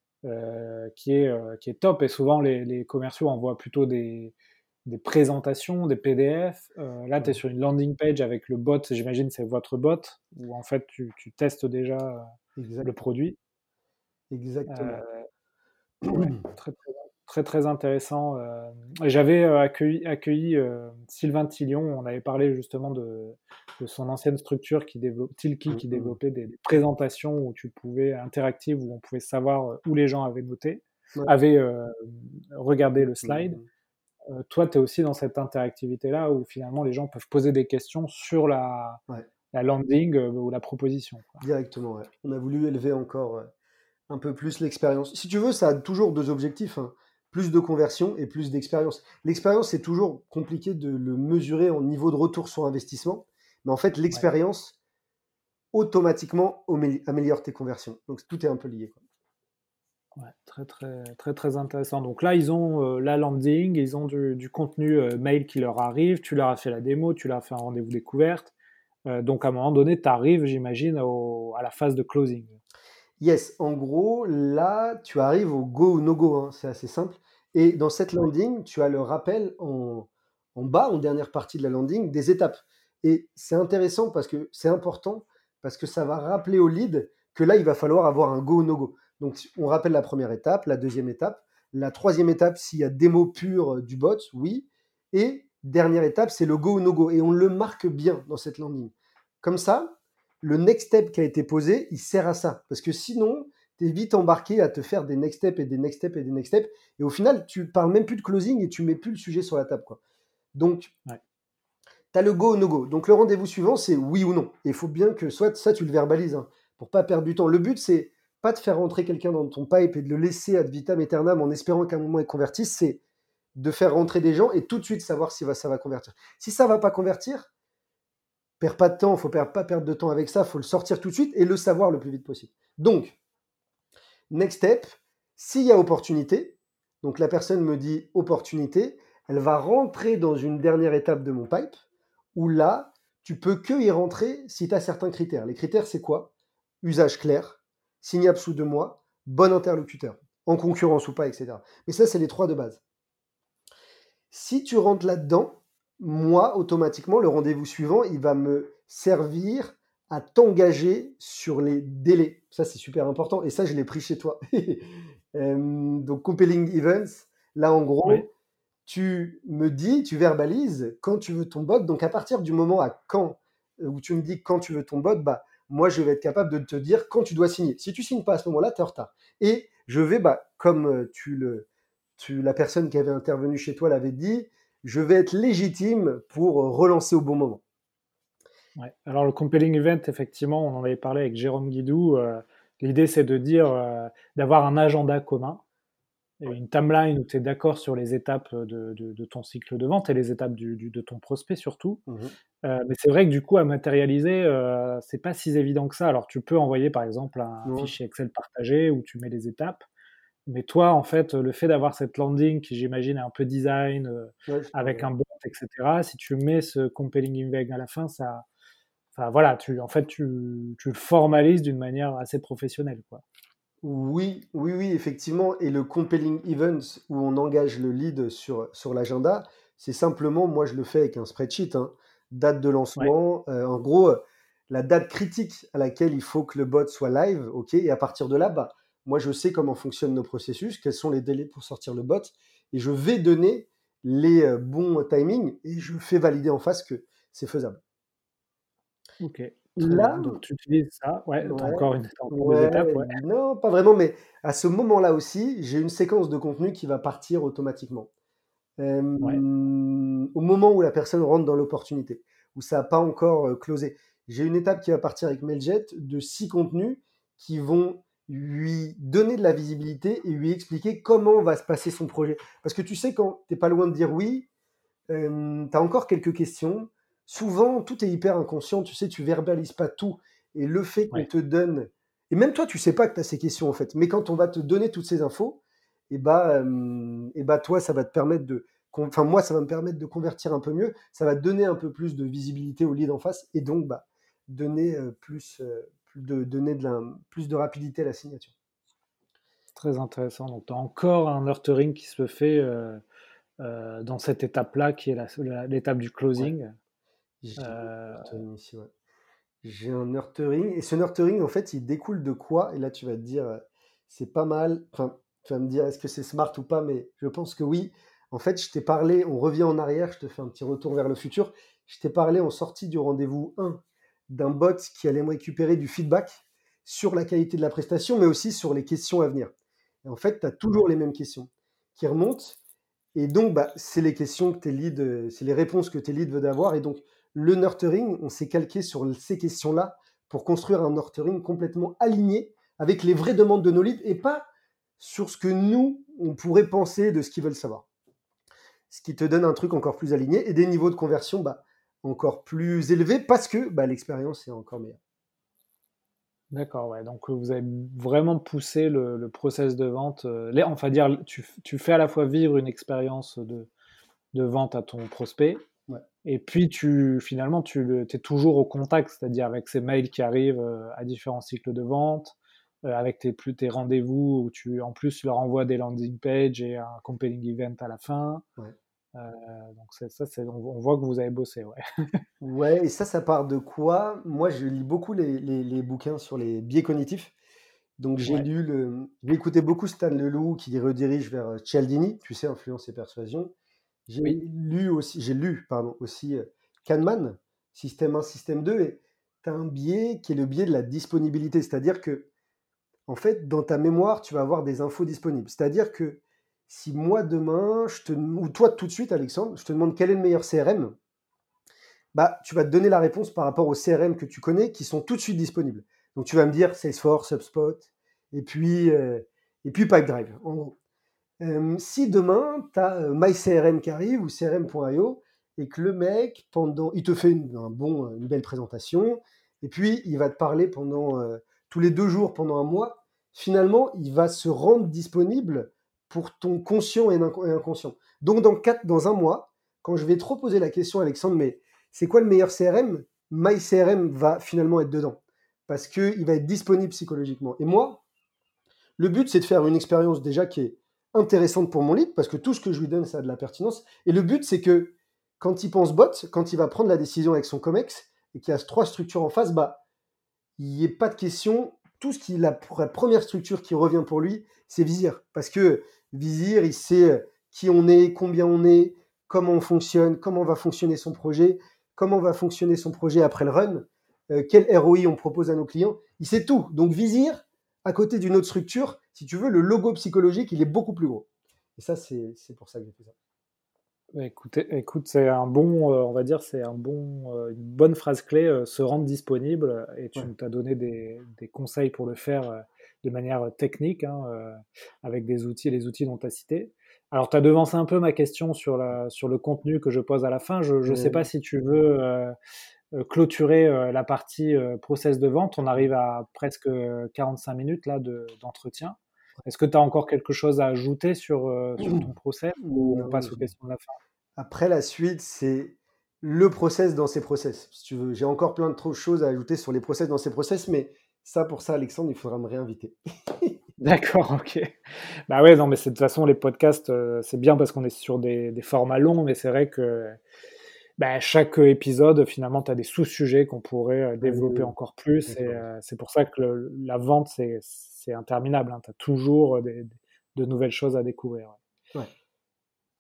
euh, qui est, euh, qui est top. Et souvent, les, les commerciaux envoient plutôt des, des présentations, des P D F. Euh, là, tu es Ouais, sur une landing page avec le bot, j'imagine c'est votre bot, où en fait tu, tu testes déjà euh, exact, le produit. exactement. Euh, Ouais, très, très, très, très intéressant. euh. Et J'avais euh, accueilli, accueilli euh, Sylvain Tillion. On avait parlé justement de, de son ancienne structure qui développe, Tilki, qui Mhm. développait des, des présentations où tu pouvais interactives, où on pouvait savoir euh, où les gens avaient noté, Ouais. avaient euh, regardé le slide. Mhm. Euh, toi, tu es aussi dans cette interactivité-là où finalement les gens peuvent poser des questions sur la, Ouais, la landing euh, ou la proposition, quoi. directement, ouais. On a voulu élever encore euh, un peu plus l'expérience. Si tu veux, ça a toujours deux objectifs, hein. Plus de conversion et plus d'expérience. L'expérience, c'est toujours compliqué de le mesurer en niveau de retour sur investissement, mais en fait, Ouais. l'expérience, automatiquement, omé- améliore tes conversions. Donc, tout est un peu lié, quoi. Ouais, très très très très intéressant. Donc là, ils ont euh, la landing, ils ont du, du contenu euh, mail qui leur arrive, tu leur as fait la démo, tu leur as fait un rendez-vous découverte. Euh, donc à un moment donné, tu arrives, j'imagine, au- à la phase de closing. Yes, en gros, là, tu arrives au go ou no go, hein, c'est assez simple. Et dans cette Ouais, landing, tu as le rappel en, en bas, en dernière partie de la landing, des étapes. Et c'est intéressant parce que c'est important, parce que ça va rappeler au lead que là, il va falloir avoir un go ou no go. Donc, on rappelle la première étape, la deuxième étape, la troisième étape, s'il y a démo pure du bot, oui. Et dernière étape, c'est le go ou no go. Et on le marque bien dans cette landing. Comme ça, le next step qui a été posé, il sert à ça. Parce que sinon, tu es vite embarqué à te faire des next steps et des next steps et des next steps. Et au final, tu parles même plus de closing et tu mets plus le sujet sur la table, quoi. Donc, ouais, tu as le go ou no go. Donc, le rendez-vous suivant, c'est oui ou non. Et il faut bien que soit ça, tu le verbalises, hein, pour pas perdre du temps. Le but, c'est pas de faire rentrer quelqu'un dans ton pipe et de le laisser ad vitam aeternam en espérant qu'à un moment il convertisse. C'est de faire rentrer des gens et tout de suite savoir si ça va convertir. Si ça va pas convertir, perds pas de temps, faut pas perdre de temps avec ça, faut le sortir tout de suite et le savoir le plus vite possible. Donc, next step, s'il y a opportunité, donc la personne me dit opportunité, elle va rentrer dans une dernière étape de mon pipe, où là, tu peux que y rentrer si tu as certains critères. Les critères, c'est quoi? Usage clair, signable sous deux mois, bon interlocuteur, en concurrence ou pas, et cetera. Mais ça, c'est les trois de base. Si tu rentres là-dedans, moi, automatiquement, le rendez-vous suivant, il va me servir à t'engager sur les délais. Ça, c'est super important. Et ça, je l'ai pris chez toi. Euh, donc, compelling events, là, en ouais. gros, tu me dis, tu verbalises quand tu veux ton bot. Donc, à partir du moment à quand, euh, où tu me dis quand tu veux ton bot, bah, moi, je vais être capable de te dire quand tu dois signer. Si tu signes pas à ce moment-là, tu es en retard. Et je vais, bah, comme euh, tu le, tu, la personne qui avait intervenu chez toi l'avait dit, je vais être légitime pour relancer au bon moment. Ouais. Alors le compelling event, effectivement, on en avait parlé avec Jérôme Guidou. euh, L'idée, c'est de dire, euh, d'avoir un agenda commun et une timeline où tu es d'accord sur les étapes de, de- de ton cycle de vente et les étapes du- du- de ton prospect surtout. Mhm. Euh, mais c'est vrai que du coup, à matérialiser, euh, c'est pas si évident que ça. Alors, tu peux envoyer par exemple un Non, fichier Excel partagé où tu mets les étapes. Mais toi, en fait, le fait d'avoir cette landing qui, j'imagine, est un peu design, euh, ouais, je avec t'enverrai. un bot, et cetera, si tu mets ce compelling event à la fin, ça, enfin, voilà, tu, en fait, tu, tu le formalises d'une manière assez professionnelle, quoi. Oui, oui, oui, effectivement. Et le compelling events où on engage le lead sur, sur l'agenda, c'est simplement, moi je le fais avec un spreadsheet, hein. Date de Ouais, lancement, euh, en gros, euh, la date critique à laquelle il faut que le bot soit live, ok, et à partir de là, bah, moi je sais comment fonctionnent nos processus, quels sont les délais pour sortir le bot, et je vais donner les euh, bons timings, et je fais valider en face que c'est faisable. ok. Très Là, bien, donc tu utilises ça, ouais, tu as ouais, encore une tu encore des ouais, étapes, ouais. non, pas vraiment, mais à ce moment-là aussi, j'ai une séquence de contenu qui va partir automatiquement. Ouais, Hem, au moment où la personne rentre dans l'opportunité, où ça a pas encore, heu, closé. J'ai une étape qui va partir avec Mailjet de six contenus qui vont lui donner de la visibilité et lui expliquer comment va se passer son projet. Parce que tu sais, quand tu es pas loin de dire oui, hem, tu as encore quelques questions. Souvent, tout est hyper inconscient, tu sais, tu verbalises pas tout et le fait qu'on ouais. te donne et même toi, tu sais pas que tu as ces questions, en fait, mais quand on va te donner toutes ces infos et bah, hem et bah, toi, ça va te permettre de con enfin, moi, ça va me permettre de convertir un peu mieux. Ça va donner un peu plus de visibilité au lead en face et donc, bah, donner, heu, plus, heu, plus de donner de la plus de rapidité à la signature. Très intéressant, donc tu as encore un nurturing qui se fait, heu heu, dans cette étape-là qui est la la l'étape du Ouais, closing, j'ai un heu, nurturing ici, ouais. J'ai un nurturing et ce nurturing, en fait, il découle de quoi? Et là, tu vas te dire, heu, c'est pas mal, enfin, tu vas me dire: «Est-ce que c'est smart ou pas?» mais je pense que oui. En fait, je t'ai parlé on revient en arrière, je te fais un petit retour vers le futur. Je t'ai parlé en sortie du rendez-vous un d'un bot qui allait me récupérer du feedback sur la qualité de la prestation, mais aussi sur les questions à venir. Et en fait, tu as ouais, toujours les mêmes questions qui remontent et donc, bah, c'est les questions que tes leads, heu, c'est les réponses que tes leads veulent avoir et donc le nurturing, on s'est calqué sur l ces questions-là pour construire un nurturing complètement aligné avec les vraies demandes de nos leads et pas sur ce que nous, on pourrait penser de ce qu'ils veulent savoir. Ce qui te donne un truc encore plus aligné et des niveaux de conversion, bah, encore plus élevés parce que, bah, l'expérience est encore meilleure. d'accord, ouais, donc heu, vous avez vraiment poussé le le process de vente, heu, les enfin dire tu f tu fais à la fois vivre une expérience de de vente à ton prospect Ouais. et puis tu finalement tu le tu es toujours au contact, c'est-à-dire avec ces mails qui arrivent, heu, à différents cycles de vente, heu, avec tes plus tes rendez-vous où tu en plus leur envoies des landing pages et un compelling event à la fin, Ouais. heu, donc c'est ça c'est on on voit que vous avez bossé, ouais. Ouais et ça, ça part de quoi? Moi, je lis beaucoup les les les bouquins sur les biais cognitifs. Donc j'ai Ouais, lu le j'ai écouté beaucoup Stan Leloup qui redirige vers, heu, Cialdini, tu sais, Influence et persuasion. J'ai oui, lu aussi j'ai lu, pardon, aussi, heu, Kahneman, Système un, Système deux et tu as un biais qui est le biais de la disponibilité. C'est-à-dire que en fait, dans ta mémoire, tu vas avoir des infos disponibles. C'est-à-dire que si moi demain, je te ou toi tout de suite Alexandre, je te demande quel est le meilleur C R M, bah, tu vas te donner la réponse par rapport aux C R M que tu connais qui sont tout de suite disponibles. Donc tu vas me dire Salesforce, HubSpot et puis, heu et puis Pipedrive, en gros. Hem, si demain tu as, heu, MyCRM qui arrive ou C R M point i o et que le mec pendant il te fait une un bon, une belle présentation et puis il va te parler pendant, heu, tous les deux jours pendant un mois. Finalement, il va se rendre disponible pour ton conscient et l'incon et inconscient. Donc dans quatre dans un mois, quand je vais te reposer la question: «Alexandre, mais c'est quoi le meilleur C R M?» MyCRM va finalement être dedans parce qu'il va être disponible psychologiquement et moi, le but, c'est de faire une expérience déjà qui est intéressante pour mon lead, parce que tout ce que je lui donne, ça a de la pertinence. Et le but, c'est que quand il pense bot, quand il va prendre la décision avec son COMEX, et qu'il y a trois structures en face, bah, il n'y ait pas de question. Tout ce qui, la, la première structure qui revient pour lui, c'est Vizir. Parce que Vizir, il sait qui on est, combien on est, comment on fonctionne, comment va fonctionner son projet, comment va fonctionner son projet après le run, euh, quel R O I on propose à nos clients. Il sait tout. Donc Vizir, à côté d'une autre structure, si tu veux, le logo psychologique, il est beaucoup plus gros. Et ça, c'est c'est pour ça que j'ai fait ça. bah, écoutez écoute, c'est un bon, heu, on va dire, c'est un bon, heu, une bonne phrase clé, heu, se rendre disponible et tu Ouais. nous as donné des des conseils pour le faire, heu, de manière, technique, hein, heu, avec des outils les outils dont tu as cités. Alors tu as devancé un peu ma question sur la sur le contenu que je pose à la fin. Je ne sais pas Euh, si tu veux, heu heu, clôturer, heu, la partie, heu, process de vente. On arrive à presque, quarante-cinq minutes là de d'entretien. Est-ce que tu as encore quelque chose à ajouter sur, heu, sur ton process ou on non, passe aux questions de la fin? après, la suite, c'est le process dans ces process, si tu veux. J'ai encore plein de trop choses à ajouter sur les process dans ces process, mais ça, pour ça, Alexandre, il faudra me réinviter. D'accord, OK. Bah, ouais, non, mais c'est de toute façon les podcasts, heu, c'est bien parce qu'on est sur des des formats longs, mais c'est vrai que, bah, chaque, épisode, finalement, tu as des sous-sujets qu'on pourrait, heu, Ah oui, développer oui, encore plus et d'accord. heu, c'est pour ça que le la vente, c'est c'est interminable, hein. Tu as toujours, heu, des de nouvelles choses à découvrir, ouais. Ouais.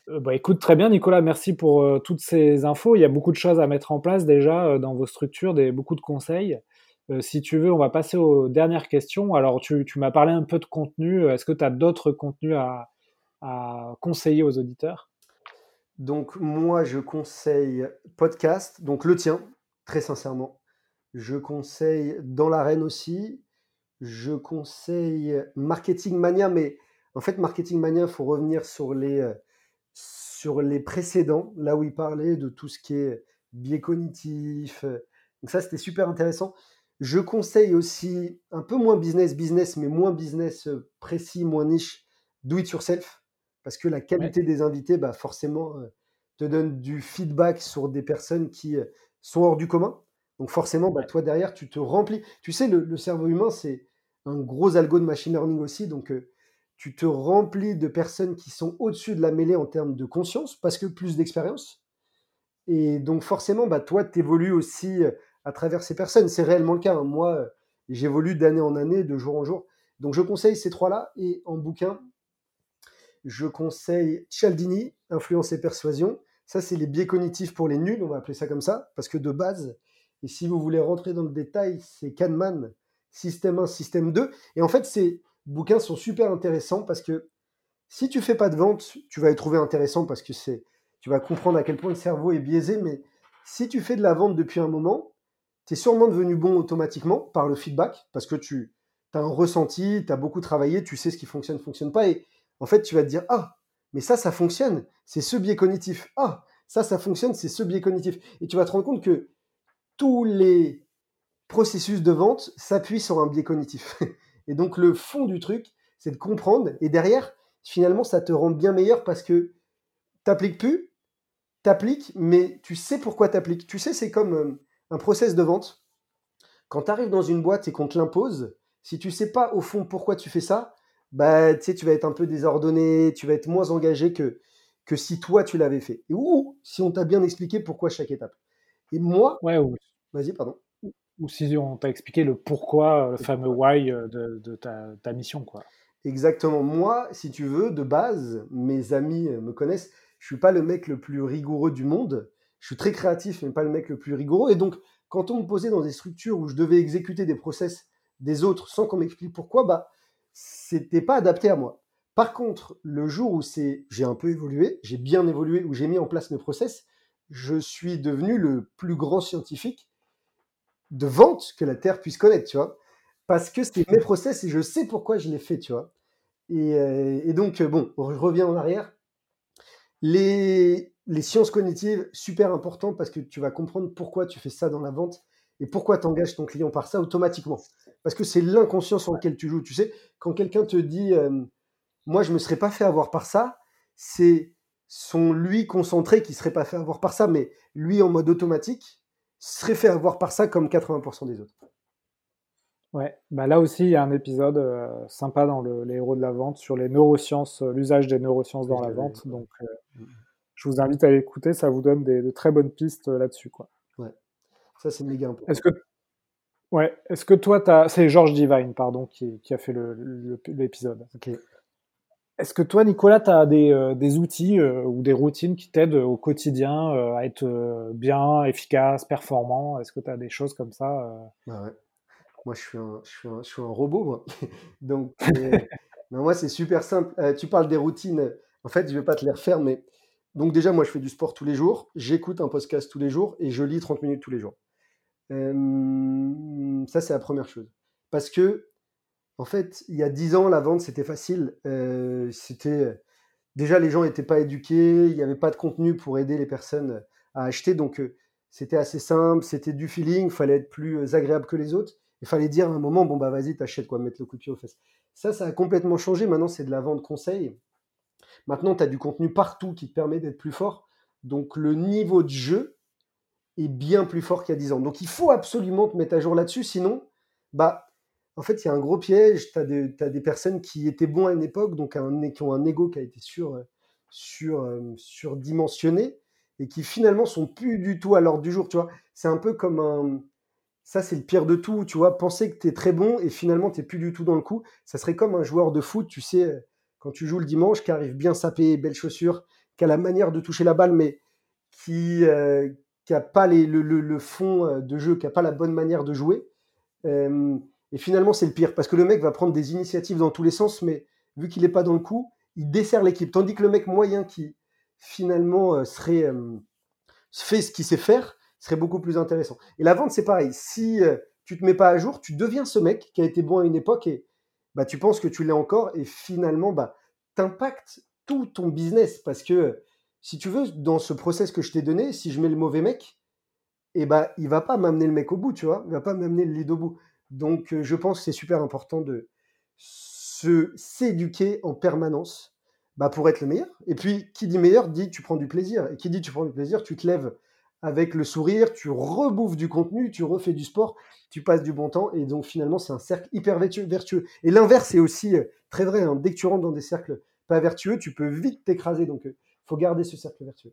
Heu, bah, écoute, très bien Nicolas, merci pour, heu, toutes ces infos. Il y a beaucoup de choses à mettre en place déjà, heu, dans vos structures, des beaucoup de conseils. Heu, si tu veux, on va passer aux dernières questions. Alors tu tu m'as parlé un peu de contenu, heu, est-ce que tu as d'autres contenus à à conseiller aux auditeurs? Donc moi, je conseille podcast, donc le tien, très sincèrement. Je conseille Dans l'arène aussi. Je conseille Marketing Mania, mais en fait, Marketing Mania, il faut revenir sur les, heu, sur les précédents, là où il parlait de tout ce qui est biais cognitif, heu, donc ça, c'était super intéressant. Je conseille aussi un peu moins business, business, mais moins business, heu, précis, moins niche, Do It Yourself, parce que la Ouais, qualité des invités, bah, forcément, heu, te donne du feedback sur des personnes qui, heu, sont hors du commun. Donc forcément, bah, ouais, toi derrière, tu te remplis. Tu sais, le le cerveau humain, c'est un gros algo de machine learning aussi, donc heu, tu te remplis de personnes qui sont au-dessus de la mêlée en termes de conscience, parce que plus d'expérience. Et donc forcément, bah, toi, tu évolues aussi euh, à travers ces personnes. C'est réellement le cas, hein. Moi, euh, j'évolue d'année en année, de jour en jour. Donc je conseille ces trois-là. Et en bouquin, je conseille Cialdini, Influence et persuasion. Ça, c'est les biais cognitifs pour les nuls, on va appeler ça comme ça, parce que de base, et si vous voulez rentrer dans le détail, c'est Kahneman, système un, système deux. Et en fait, ces bouquins sont super intéressants parce que si tu fais pas de vente, tu vas les trouver intéressants parce que c'est, tu vas comprendre à quel point le cerveau est biaisé. Mais si tu fais de la vente depuis un moment, tu es sûrement devenu bon automatiquement par le feedback parce que tu as un ressenti, tu as beaucoup travaillé, tu sais ce qui fonctionne, fonctionne pas. Et en fait, tu vas te dire, ah, mais ça, ça fonctionne, c'est ce biais cognitif. Ah, ça, ça fonctionne, c'est ce biais cognitif. Et tu vas te rendre compte que tous les processus de vente s'appuie sur un biais cognitif. Et donc, le fond du truc, c'est de comprendre. Et derrière, finalement, ça te rend bien meilleur parce que t'appliques plus, t'appliques, mais tu sais pourquoi t'appliques. Tu sais, c'est comme euh, un process de vente. Quand tu arrives dans une boîte et qu'on te l'impose, si tu sais pas au fond pourquoi tu fais ça, bah, tu sais, tu vas être un peu désordonné, tu vas être moins engagé que, que si toi, tu l'avais fait. Et ou si on t'a bien expliqué pourquoi chaque étape. Et moi, ouais, ou vas-y, pardon. ou si on t'a expliqué le pourquoi, le Et fameux pourquoi why, heu, de de ta ta mission, quoi. Exactement. Moi, si tu veux, de base, mes amis euh, me connaissent, je suis pas le mec le plus rigoureux du monde. Je suis très créatif, mais pas le mec le plus rigoureux. Et donc, quand on me posait dans des structures où je devais exécuter des process des autres sans qu'on m'explique pourquoi, bah, c'était pas adapté à moi. Par contre, le jour où c'est, j'ai un peu évolué, j'ai bien évolué, où j'ai mis en place mes process, je suis devenu le plus grand scientifique de vente que la Terre puisse connaître, tu vois. Parce que c'est mes process et je sais pourquoi je les fais, tu vois. Et, euh, et donc, euh, bon, je reviens en arrière. Les, les sciences cognitives, super important parce que tu vas comprendre pourquoi tu fais ça dans la vente et pourquoi tu engages ton client par ça automatiquement. Parce que c'est l'inconscient sur lequel tu joues. Tu sais, quand quelqu'un te dit euh, moi, je ne me serais pas fait avoir par ça, c'est son lui concentré qui ne serait pas fait avoir par ça, mais lui en mode automatique serait fait avoir par ça comme quatre-vingts pour cent des autres. Ouais, bah, là aussi, il y a un épisode, heu, sympa dans le les héros de la vente sur les neurosciences, heu, l'usage des neurosciences Ouais, dans je la l'avais. vente, donc heu, Ouais. je vous invite à l'écouter, ça vous donne des de très bonnes pistes, heu, là-dessus, quoi. Ouais. Ça, c'est méga Est-ce important. que ouais, est-ce que toi tu as c'est George Divine, pardon, qui qui a fait le le l'épisode. Ok. Est-ce que toi, Nicolas, tu as des, heu, des outils, heu, ou des routines qui t'aident au quotidien, heu, à être, heu, bien, efficace, performant? Est-ce que tu as des choses comme ça, heu? Bah ouais. Moi, je suis un, je suis un, je suis un robot, moi. Donc, euh, non, moi, c'est super simple. Euh, tu parles des routines. En fait, je vais pas te les refaire, mais donc déjà, moi, je fais du sport tous les jours. J'écoute un podcast tous les jours et je lis trente minutes tous les jours. Euh, ça, c'est la première chose. Parce que, en fait, il y a dix ans, la vente, c'était facile. Euh, c'était déjà, les gens n'étaient pas éduqués. Il n'y avait pas de contenu pour aider les personnes à acheter. Donc, euh, c'était assez simple. C'était du feeling. Il fallait être plus euh, agréable que les autres. Il fallait dire à un moment, bon, bah, vas-y, t'achètes, quoi, mettre le coup de pied aux fesses. Ça, ça a complètement changé. Maintenant, c'est de la vente conseil. Maintenant, tu as du contenu partout qui te permet d'être plus fort. Donc, le niveau de jeu est bien plus fort qu'il y a dix ans. Donc, il faut absolument te mettre à jour là-dessus. Sinon, bah, en fait, il y a un gros piège. Tu as des, t'as des personnes qui étaient bons à une époque, donc un, qui ont un ego qui a été sur, euh, sur, euh, surdimensionné et qui finalement sont plus du tout à l'ordre du jour. Tu vois, c'est un peu comme un. Ça, c'est le pire de tout. Tu vois, penser que tu es très bon et finalement, tu n'es plus du tout dans le coup. Ça serait comme un joueur de foot, tu sais, euh, quand tu joues le dimanche, qui arrive bien sapé, belles chaussures, qui a la manière de toucher la balle, mais qui euh, qui a pas les, le, le, le fond de jeu, qui a pas la bonne manière de jouer. Euh, et finalement, c'est le pire, parce que le mec va prendre des initiatives dans tous les sens, mais vu qu'il n'est pas dans le coup, il dessert l'équipe. Tandis que le mec moyen qui, finalement, euh, serait, euh, fait ce qu'il sait faire, serait beaucoup plus intéressant. Et la vente, c'est pareil. Si euh, tu te mets pas à jour, tu deviens ce mec qui a été bon à une époque et bah, tu penses que tu l'es encore, et finalement, bah, t'impactes tout ton business, parce que si tu veux, dans ce process que je t'ai donné, si je mets le mauvais mec, et bah, il va pas m'amener le mec au bout, tu vois, il va pas m'amener le lead au bout. Donc, euh, je pense que c'est super important de se s'éduquer en permanence, bah, pour être le meilleur. Et puis, qui dit meilleur dit tu prends du plaisir. Et qui dit tu prends du plaisir, tu te lèves avec le sourire, tu rebouffes du contenu, tu refais du sport, tu passes du bon temps. Et donc, finalement, c'est un cercle hyper vertu- vertueux. Et l'inverse est aussi euh, très vrai, hein. Dès que tu rentres dans des cercles pas vertueux, tu peux vite t'écraser. Donc, il faut garder ce cercle vertueux.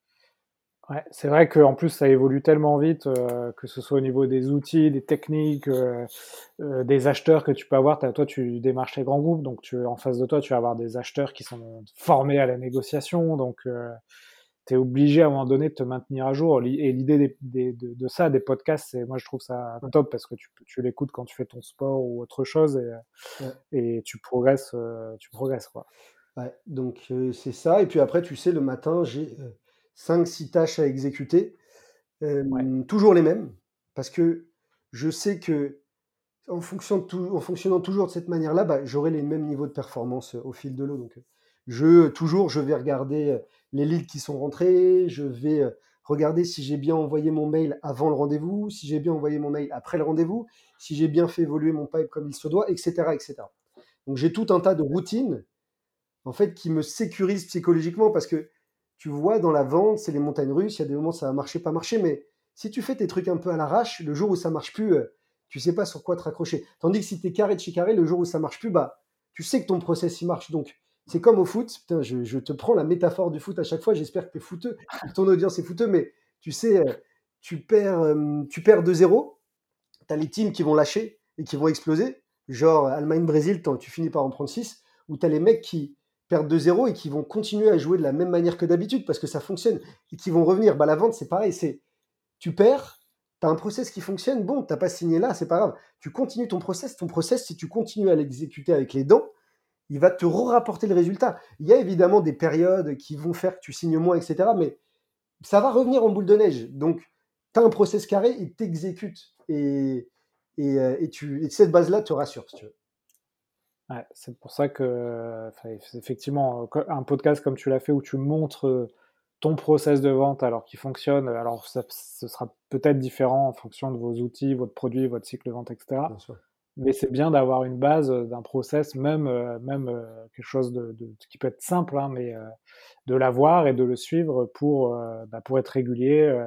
Ouais, c'est vrai qu'en plus ça évolue tellement vite, euh, que ce soit au niveau des outils, des techniques, euh, euh, des acheteurs que tu peux avoir. T'as- toi, tu démarches les grands groupes, donc tu, en face de toi, tu vas avoir des acheteurs qui sont formés à la négociation, donc euh, tu es obligé à un moment donné de te maintenir à jour. Li- Et l'idée des, des- de, de ça, des podcasts, c'est moi je trouve ça Ouais, top parce que tu, tu l'écoutes quand tu fais ton sport ou autre chose ouais, et, et tu progresses, euh, tu progresses quoi. ouais. Donc, euh, c'est ça. Et puis après, tu sais, le matin, j'ai cinq six tâches à exécuter. Ouais, Euh, toujours les mêmes, parce que je sais que en, fonction de tou- en fonctionnant toujours de cette manière-là, bah, j'aurai les mêmes niveaux de performance euh, au fil de l'eau. Donc, euh, je, toujours, je vais regarder euh, les leads qui sont rentrés, je vais euh, regarder si j'ai bien envoyé mon mail avant le rendez-vous, si j'ai bien envoyé mon mail après le rendez-vous, si j'ai bien fait évoluer mon pipe comme il se doit, et cetera, et cetera. Donc, j'ai tout un tas de routines en fait, qui me sécurise psychologiquement parce que tu vois, dans la vente, c'est les montagnes russes, il y a des moments ça va marcher, pas marcher, mais si tu fais tes trucs un peu à l'arrache, le jour où ça marche plus, euh, tu sais pas sur quoi te raccrocher. Tandis que si tu es carré de chez carré, le jour où ça marche plus, bah, tu sais que ton process il marche. Donc, c'est comme au foot. Putain, je, je te prends la métaphore du foot à chaque fois. J'espère que tu es footeux, que ton audience est footeux, mais tu sais, euh, tu perds, euh, tu perds deux zéro, tu as les teams qui vont lâcher et qui vont exploser. Genre Allemagne-Brésil, tu finis par en prendre six. Ou tu as les mecs qui perdent deux zéro et qui vont continuer à jouer de la même manière que d'habitude parce que ça fonctionne et qui vont revenir. Bah, la vente, c'est pareil. C'est tu perds, tu as un process qui fonctionne. Bon, tu n'as pas signé là, c'est pas grave. Tu continues ton process. Ton process, si tu continues à l'exécuter avec les dents, il va te rapporter le résultat. Il y a évidemment des périodes qui vont faire que tu signes moins, et cetera. Mais ça va revenir en boule de neige. Donc, tu as un process carré, il t'exécute. Et, et, euh, et, tu, et cette base-là te rassure, si tu veux. ouais, c'est pour ça que, enfin, effectivement, co- un podcast comme tu l'as fait où tu montres euh, ton process de vente alors qu'il fonctionne, alors ça, ce sera peut-être différent en fonction de vos outils, votre produit, votre cycle de vente, et cetera. Bien sûr. Mais c'est bien d'avoir une base euh, d'un process, même, euh, même euh, quelque chose de, de- qui peut être simple, hein, mais euh, de l'avoir et de le suivre pour, euh, bah, pour être régulier. euh,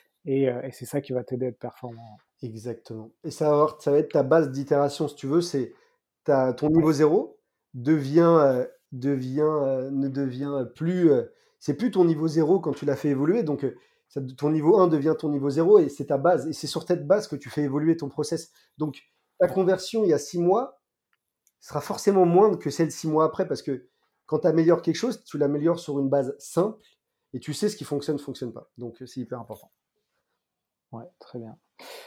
et euh, et c'est ça qui va t'aider à être performant. Exactement. Et ça va, avoir- ça va être ta base d'itération, si tu veux. C'est ta- ton Ouais, niveau zéro devient, euh, devient, euh, ne devient plus. euh, c'est plus ton niveau zéro quand tu l'as fait évoluer. Donc, euh, ça- ton niveau un devient ton niveau zéro et c'est ta base. Et c'est sur cette base que tu fais évoluer ton process. Donc, ta ouais, conversion il y a six mois sera forcément moindre que celle six mois après parce que quand tu améliores quelque chose, tu l'améliores sur une base simple et tu sais ce qui fonctionne, ne fonctionne pas. Donc, euh, c'est hyper important. ouais, très bien.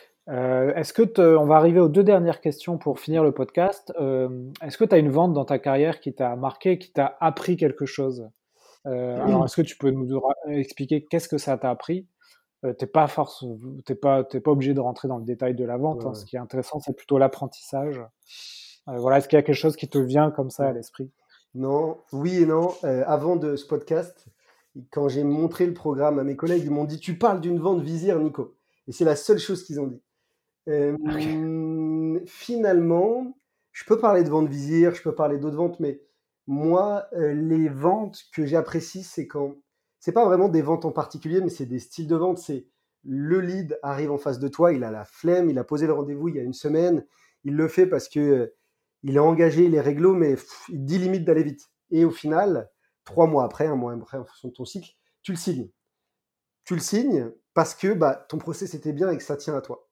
Euh, est-ce que te- on va arriver aux deux dernières questions pour finir le podcast. Euh, est-ce que tu as une vente dans ta carrière qui t'a marqué, qui t'a appris quelque chose? Euh, alors, est-ce que tu peux nous ra- expliquer qu'est-ce que ça t'a appris? Euh, t'es pas force, t'es pas, t'es pas obligé de rentrer dans le détail de la Ouais, vente, hein. Ce ouais. qui est intéressant, c'est plutôt l'apprentissage. Euh, voilà, est-ce qu'il y a quelque chose qui te vient comme ça à Ouais. l'esprit? Non, oui et non. Euh, avant de ce podcast, quand j'ai montré le programme à mes collègues, ils m'ont dit tu parles d'une vente visière, Nico. Et c'est la seule chose qu'ils ont dit. Ok. Euh, finalement, je peux parler de vente visière, je peux parler d'autres ventes, mais moi, euh, les ventes que j'apprécie, c'est quand c'est pas vraiment des ventes en particulier, mais c'est des styles de vente. C'est le lead arrive en face de toi, il a la flemme, il a posé le rendez-vous il y a une semaine, il le fait parce que euh, il est engagé, il est réglo, mais pff, il dit limite d'aller vite. Et au final, trois mois après, un mois après, en fonction de ton cycle, tu le signes. Tu le signes parce que bah, ton process était bien et que ça tient à toi.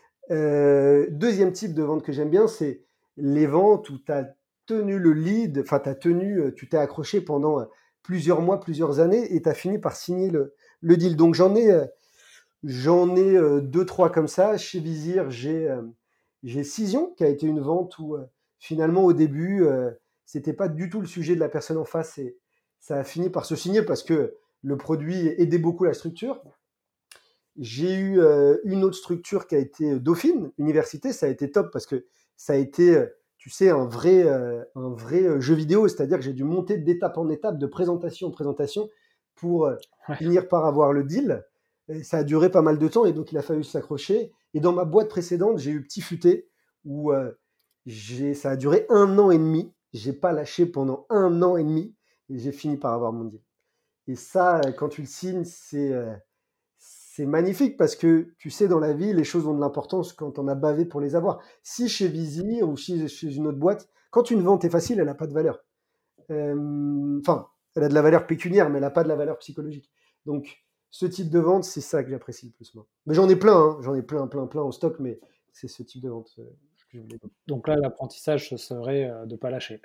Euh, deuxième type de vente que j'aime bien, c'est les ventes où tu as tenu le lead, enfin, tu as tenu, euh, tu t'es accroché pendant, plusieurs mois, plusieurs années, et tu as fini par signer le, le deal. Donc j'en ai, euh, j'en ai euh, deux, trois comme ça. Chez Vizir, j'ai, euh, j'ai Cision, qui a été une vente où euh, finalement au début, euh, c'était pas du tout le sujet de la personne en face, et ça a fini par se signer parce que le produit aidait beaucoup la structure. J'ai eu euh, une autre structure qui a été Dauphine, université, ça a été top parce que ça a été, euh, tu sais, un vrai, euh, un vrai euh, jeu vidéo, c'est-à-dire que j'ai dû monter d'étape en étape, de présentation en présentation pour euh, Ouais. finir par avoir le deal. Et ça a duré pas mal de temps et donc il a fallu s'accrocher. Et dans ma boîte précédente, j'ai eu Petit Futé où euh, j'ai, ça a duré un an et demi. J'ai pas lâché pendant un an et demi et j'ai fini par avoir mon deal. Et ça, euh, quand tu le signes, c'est euh, c'est magnifique parce que tu sais, dans la vie, les choses ont de l'importance quand on a bavé pour les avoir. Si chez Vizir ou chez, chez une autre boîte, quand une vente est facile, elle n'a pas de valeur. Euh, Enfin, elle a de la valeur pécuniaire, mais elle n'a pas de la valeur psychologique. Donc, ce type de vente, c'est ça que j'apprécie le plus, moi. Mais j'en ai plein, hein, j'en ai plein, plein, plein en stock, mais c'est ce type de vente euh, que je voulais. Donc là, l'apprentissage, ce serait euh, de ne pas lâcher.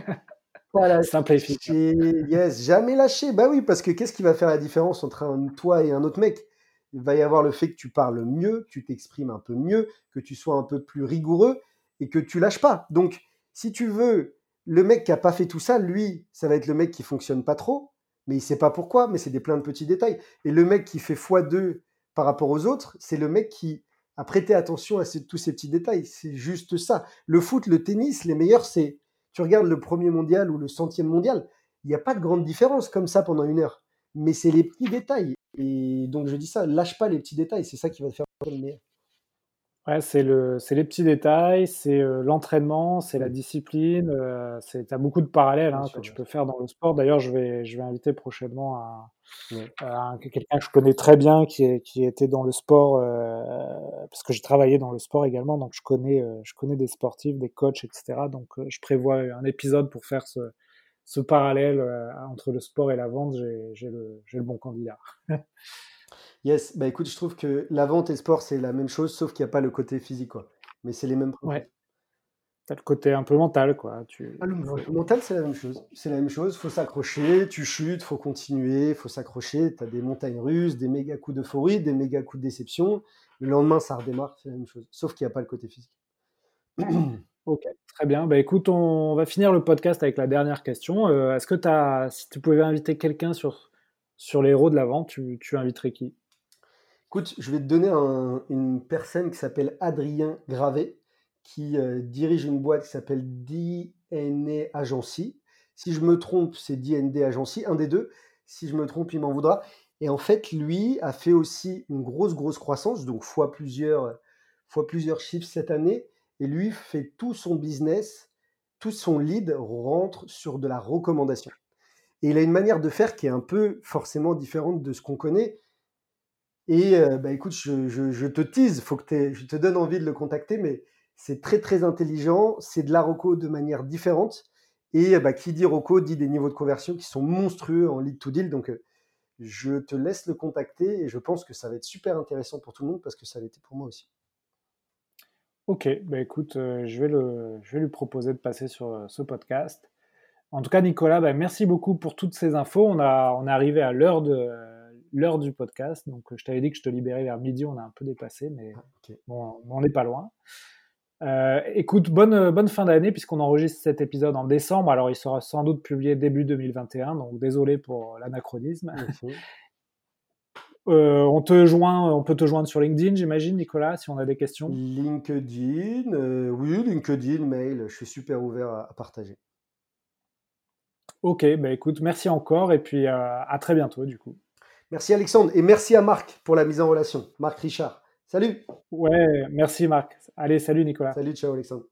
Pas Simple et efficace. lâcher, yes, jamais lâcher. Bah oui, parce que qu'est-ce qui va faire la différence entre un, toi et un autre mec? Il va y avoir le fait que tu parles mieux, que tu t'exprimes un peu mieux, que tu sois un peu plus rigoureux et que tu lâches pas. Donc, si tu veux, le mec qui a pas fait tout ça, lui, ça va être le mec qui fonctionne pas trop, mais il sait pas pourquoi, mais c'est des plein de petits détails. Et le mec qui fait fois deux par rapport aux autres, c'est le mec qui a prêté attention à ces- tous ces petits détails. C'est juste ça. Le foot, le tennis, les meilleurs, c'est tu regardes le premier mondial ou le centième mondial, il n'y a pas de grande différence comme ça pendant une heure. Mais c'est les petits détails. Et donc je dis ça, lâche pas les petits détails, c'est ça qui va te faire le meilleur. Ouais, c'est le, c'est les petits détails, c'est euh, l'entraînement, c'est la Mm. discipline. Euh, c'est, t'as beaucoup de parallèles Bien hein, que sûr, tu bien peux sûr. faire dans le sport. D'ailleurs, je vais, je vais inviter prochainement un, Ouais. un- quelqu'un que je connais très bien qui, est, qui était dans le sport, euh, parce que j'ai travaillé dans le sport également, donc je connais, euh, je connais des sportifs, des coachs, et cetera. Donc euh, je prévois un épisode pour faire ce, ce parallèle euh, entre le sport et la vente. J'ai, j'ai le, j'ai le bon candidat. Yes, bah écoute, je trouve que la vente et le sport, c'est la même chose, sauf qu'il n'y a pas le côté physique, quoi. Mais c'est les mêmes principes. Ouais, t'as le côté un peu mental, quoi. Tu, Ah, le faut, mental, c'est la même chose. C'est la même chose, faut s'accrocher, tu chutes, faut continuer, faut s'accrocher. Tu as des montagnes russes, des méga coups d'euphorie, des méga coups de déception. Le lendemain, ça redémarre, c'est la même chose. Sauf qu'il n'y a pas le côté physique. Ok, très bien. Bah, écoute, on va finir le podcast avec la dernière question. Euh, est-ce que t'as, si tu pouvais inviter quelqu'un sur, sur les héros de la vente, tu, tu inviterais qui? Écoute, je vais te donner un- une personne qui s'appelle Adrien Gravet, qui euh, dirige une boîte qui s'appelle D N A Agency. Si je me trompe, c'est D N D Agency, un des deux. Si je me trompe, il m'en voudra. Et en fait, lui a fait aussi une grosse, grosse croissance, donc fois plusieurs, fois plusieurs chiffres cette année. Et lui fait tout son business, tout son lead rentre sur de la recommandation. Et il a une manière de faire qui est un peu forcément différente de ce qu'on connaît. Et euh, bah, écoute, je, je- je te tease, faut que t'aies- je te donne envie de le contacter, mais c'est très très intelligent, c'est de la reco de manière différente. Et euh, bah, qui dit reco dit des niveaux de conversion qui sont monstrueux en lead to deal. Donc euh, je te laisse le contacter et je pense que ça va être super intéressant pour tout le monde parce que ça l'était pour moi aussi. Ok, bah écoute, euh, je vais le, je vais lui proposer de passer sur euh, ce podcast. En tout cas, Nicolas, bah, merci beaucoup pour toutes ces infos. On a, on est arrivé à l'heure de, l'heure du podcast. Donc, euh, je t'avais dit que je te libérais vers midi. On a un peu dépassé, mais Ah, ok. bon, on n'est pas loin. Euh, écoute, bonne, bonne fin d'année puisqu'on enregistre cet épisode en décembre. Alors, il sera sans doute publié début deux mille vingt et un. Donc, désolé pour l'anachronisme. Ok. Euh, on te joint, on peut te joindre sur LinkedIn, j'imagine, Nicolas, si on a des questions. LinkedIn, euh, oui, LinkedIn, mail, je suis super ouvert à, à partager. Ok, bah écoute, merci encore et puis euh, à très bientôt du coup. Merci Alexandre et merci à Marc pour la mise en relation. Marc Richard. Salut. Ouais, merci Marc. Allez, salut Nicolas. Salut, ciao Alexandre.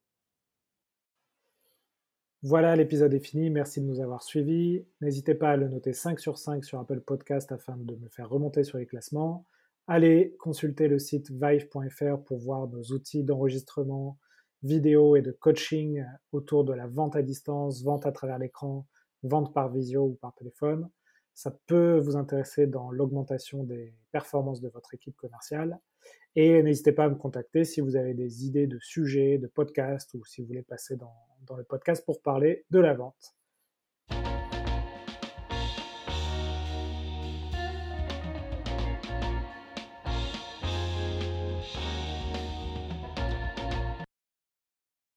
Voilà, l'épisode est fini. Merci de nous avoir suivis. N'hésitez pas à le noter cinq sur cinq sur Apple Podcast afin de me faire remonter sur les classements. Allez consulter le site vive point f r pour voir nos outils d'enregistrement vidéo et de coaching autour de la vente à distance, vente à travers l'écran, vente par visio ou par téléphone. Ça peut vous intéresser dans l'augmentation des performances de votre équipe commerciale. Et n'hésitez pas à me contacter si vous avez des idées de sujets, de podcasts ou si vous voulez passer dans, dans le podcast pour parler de la vente.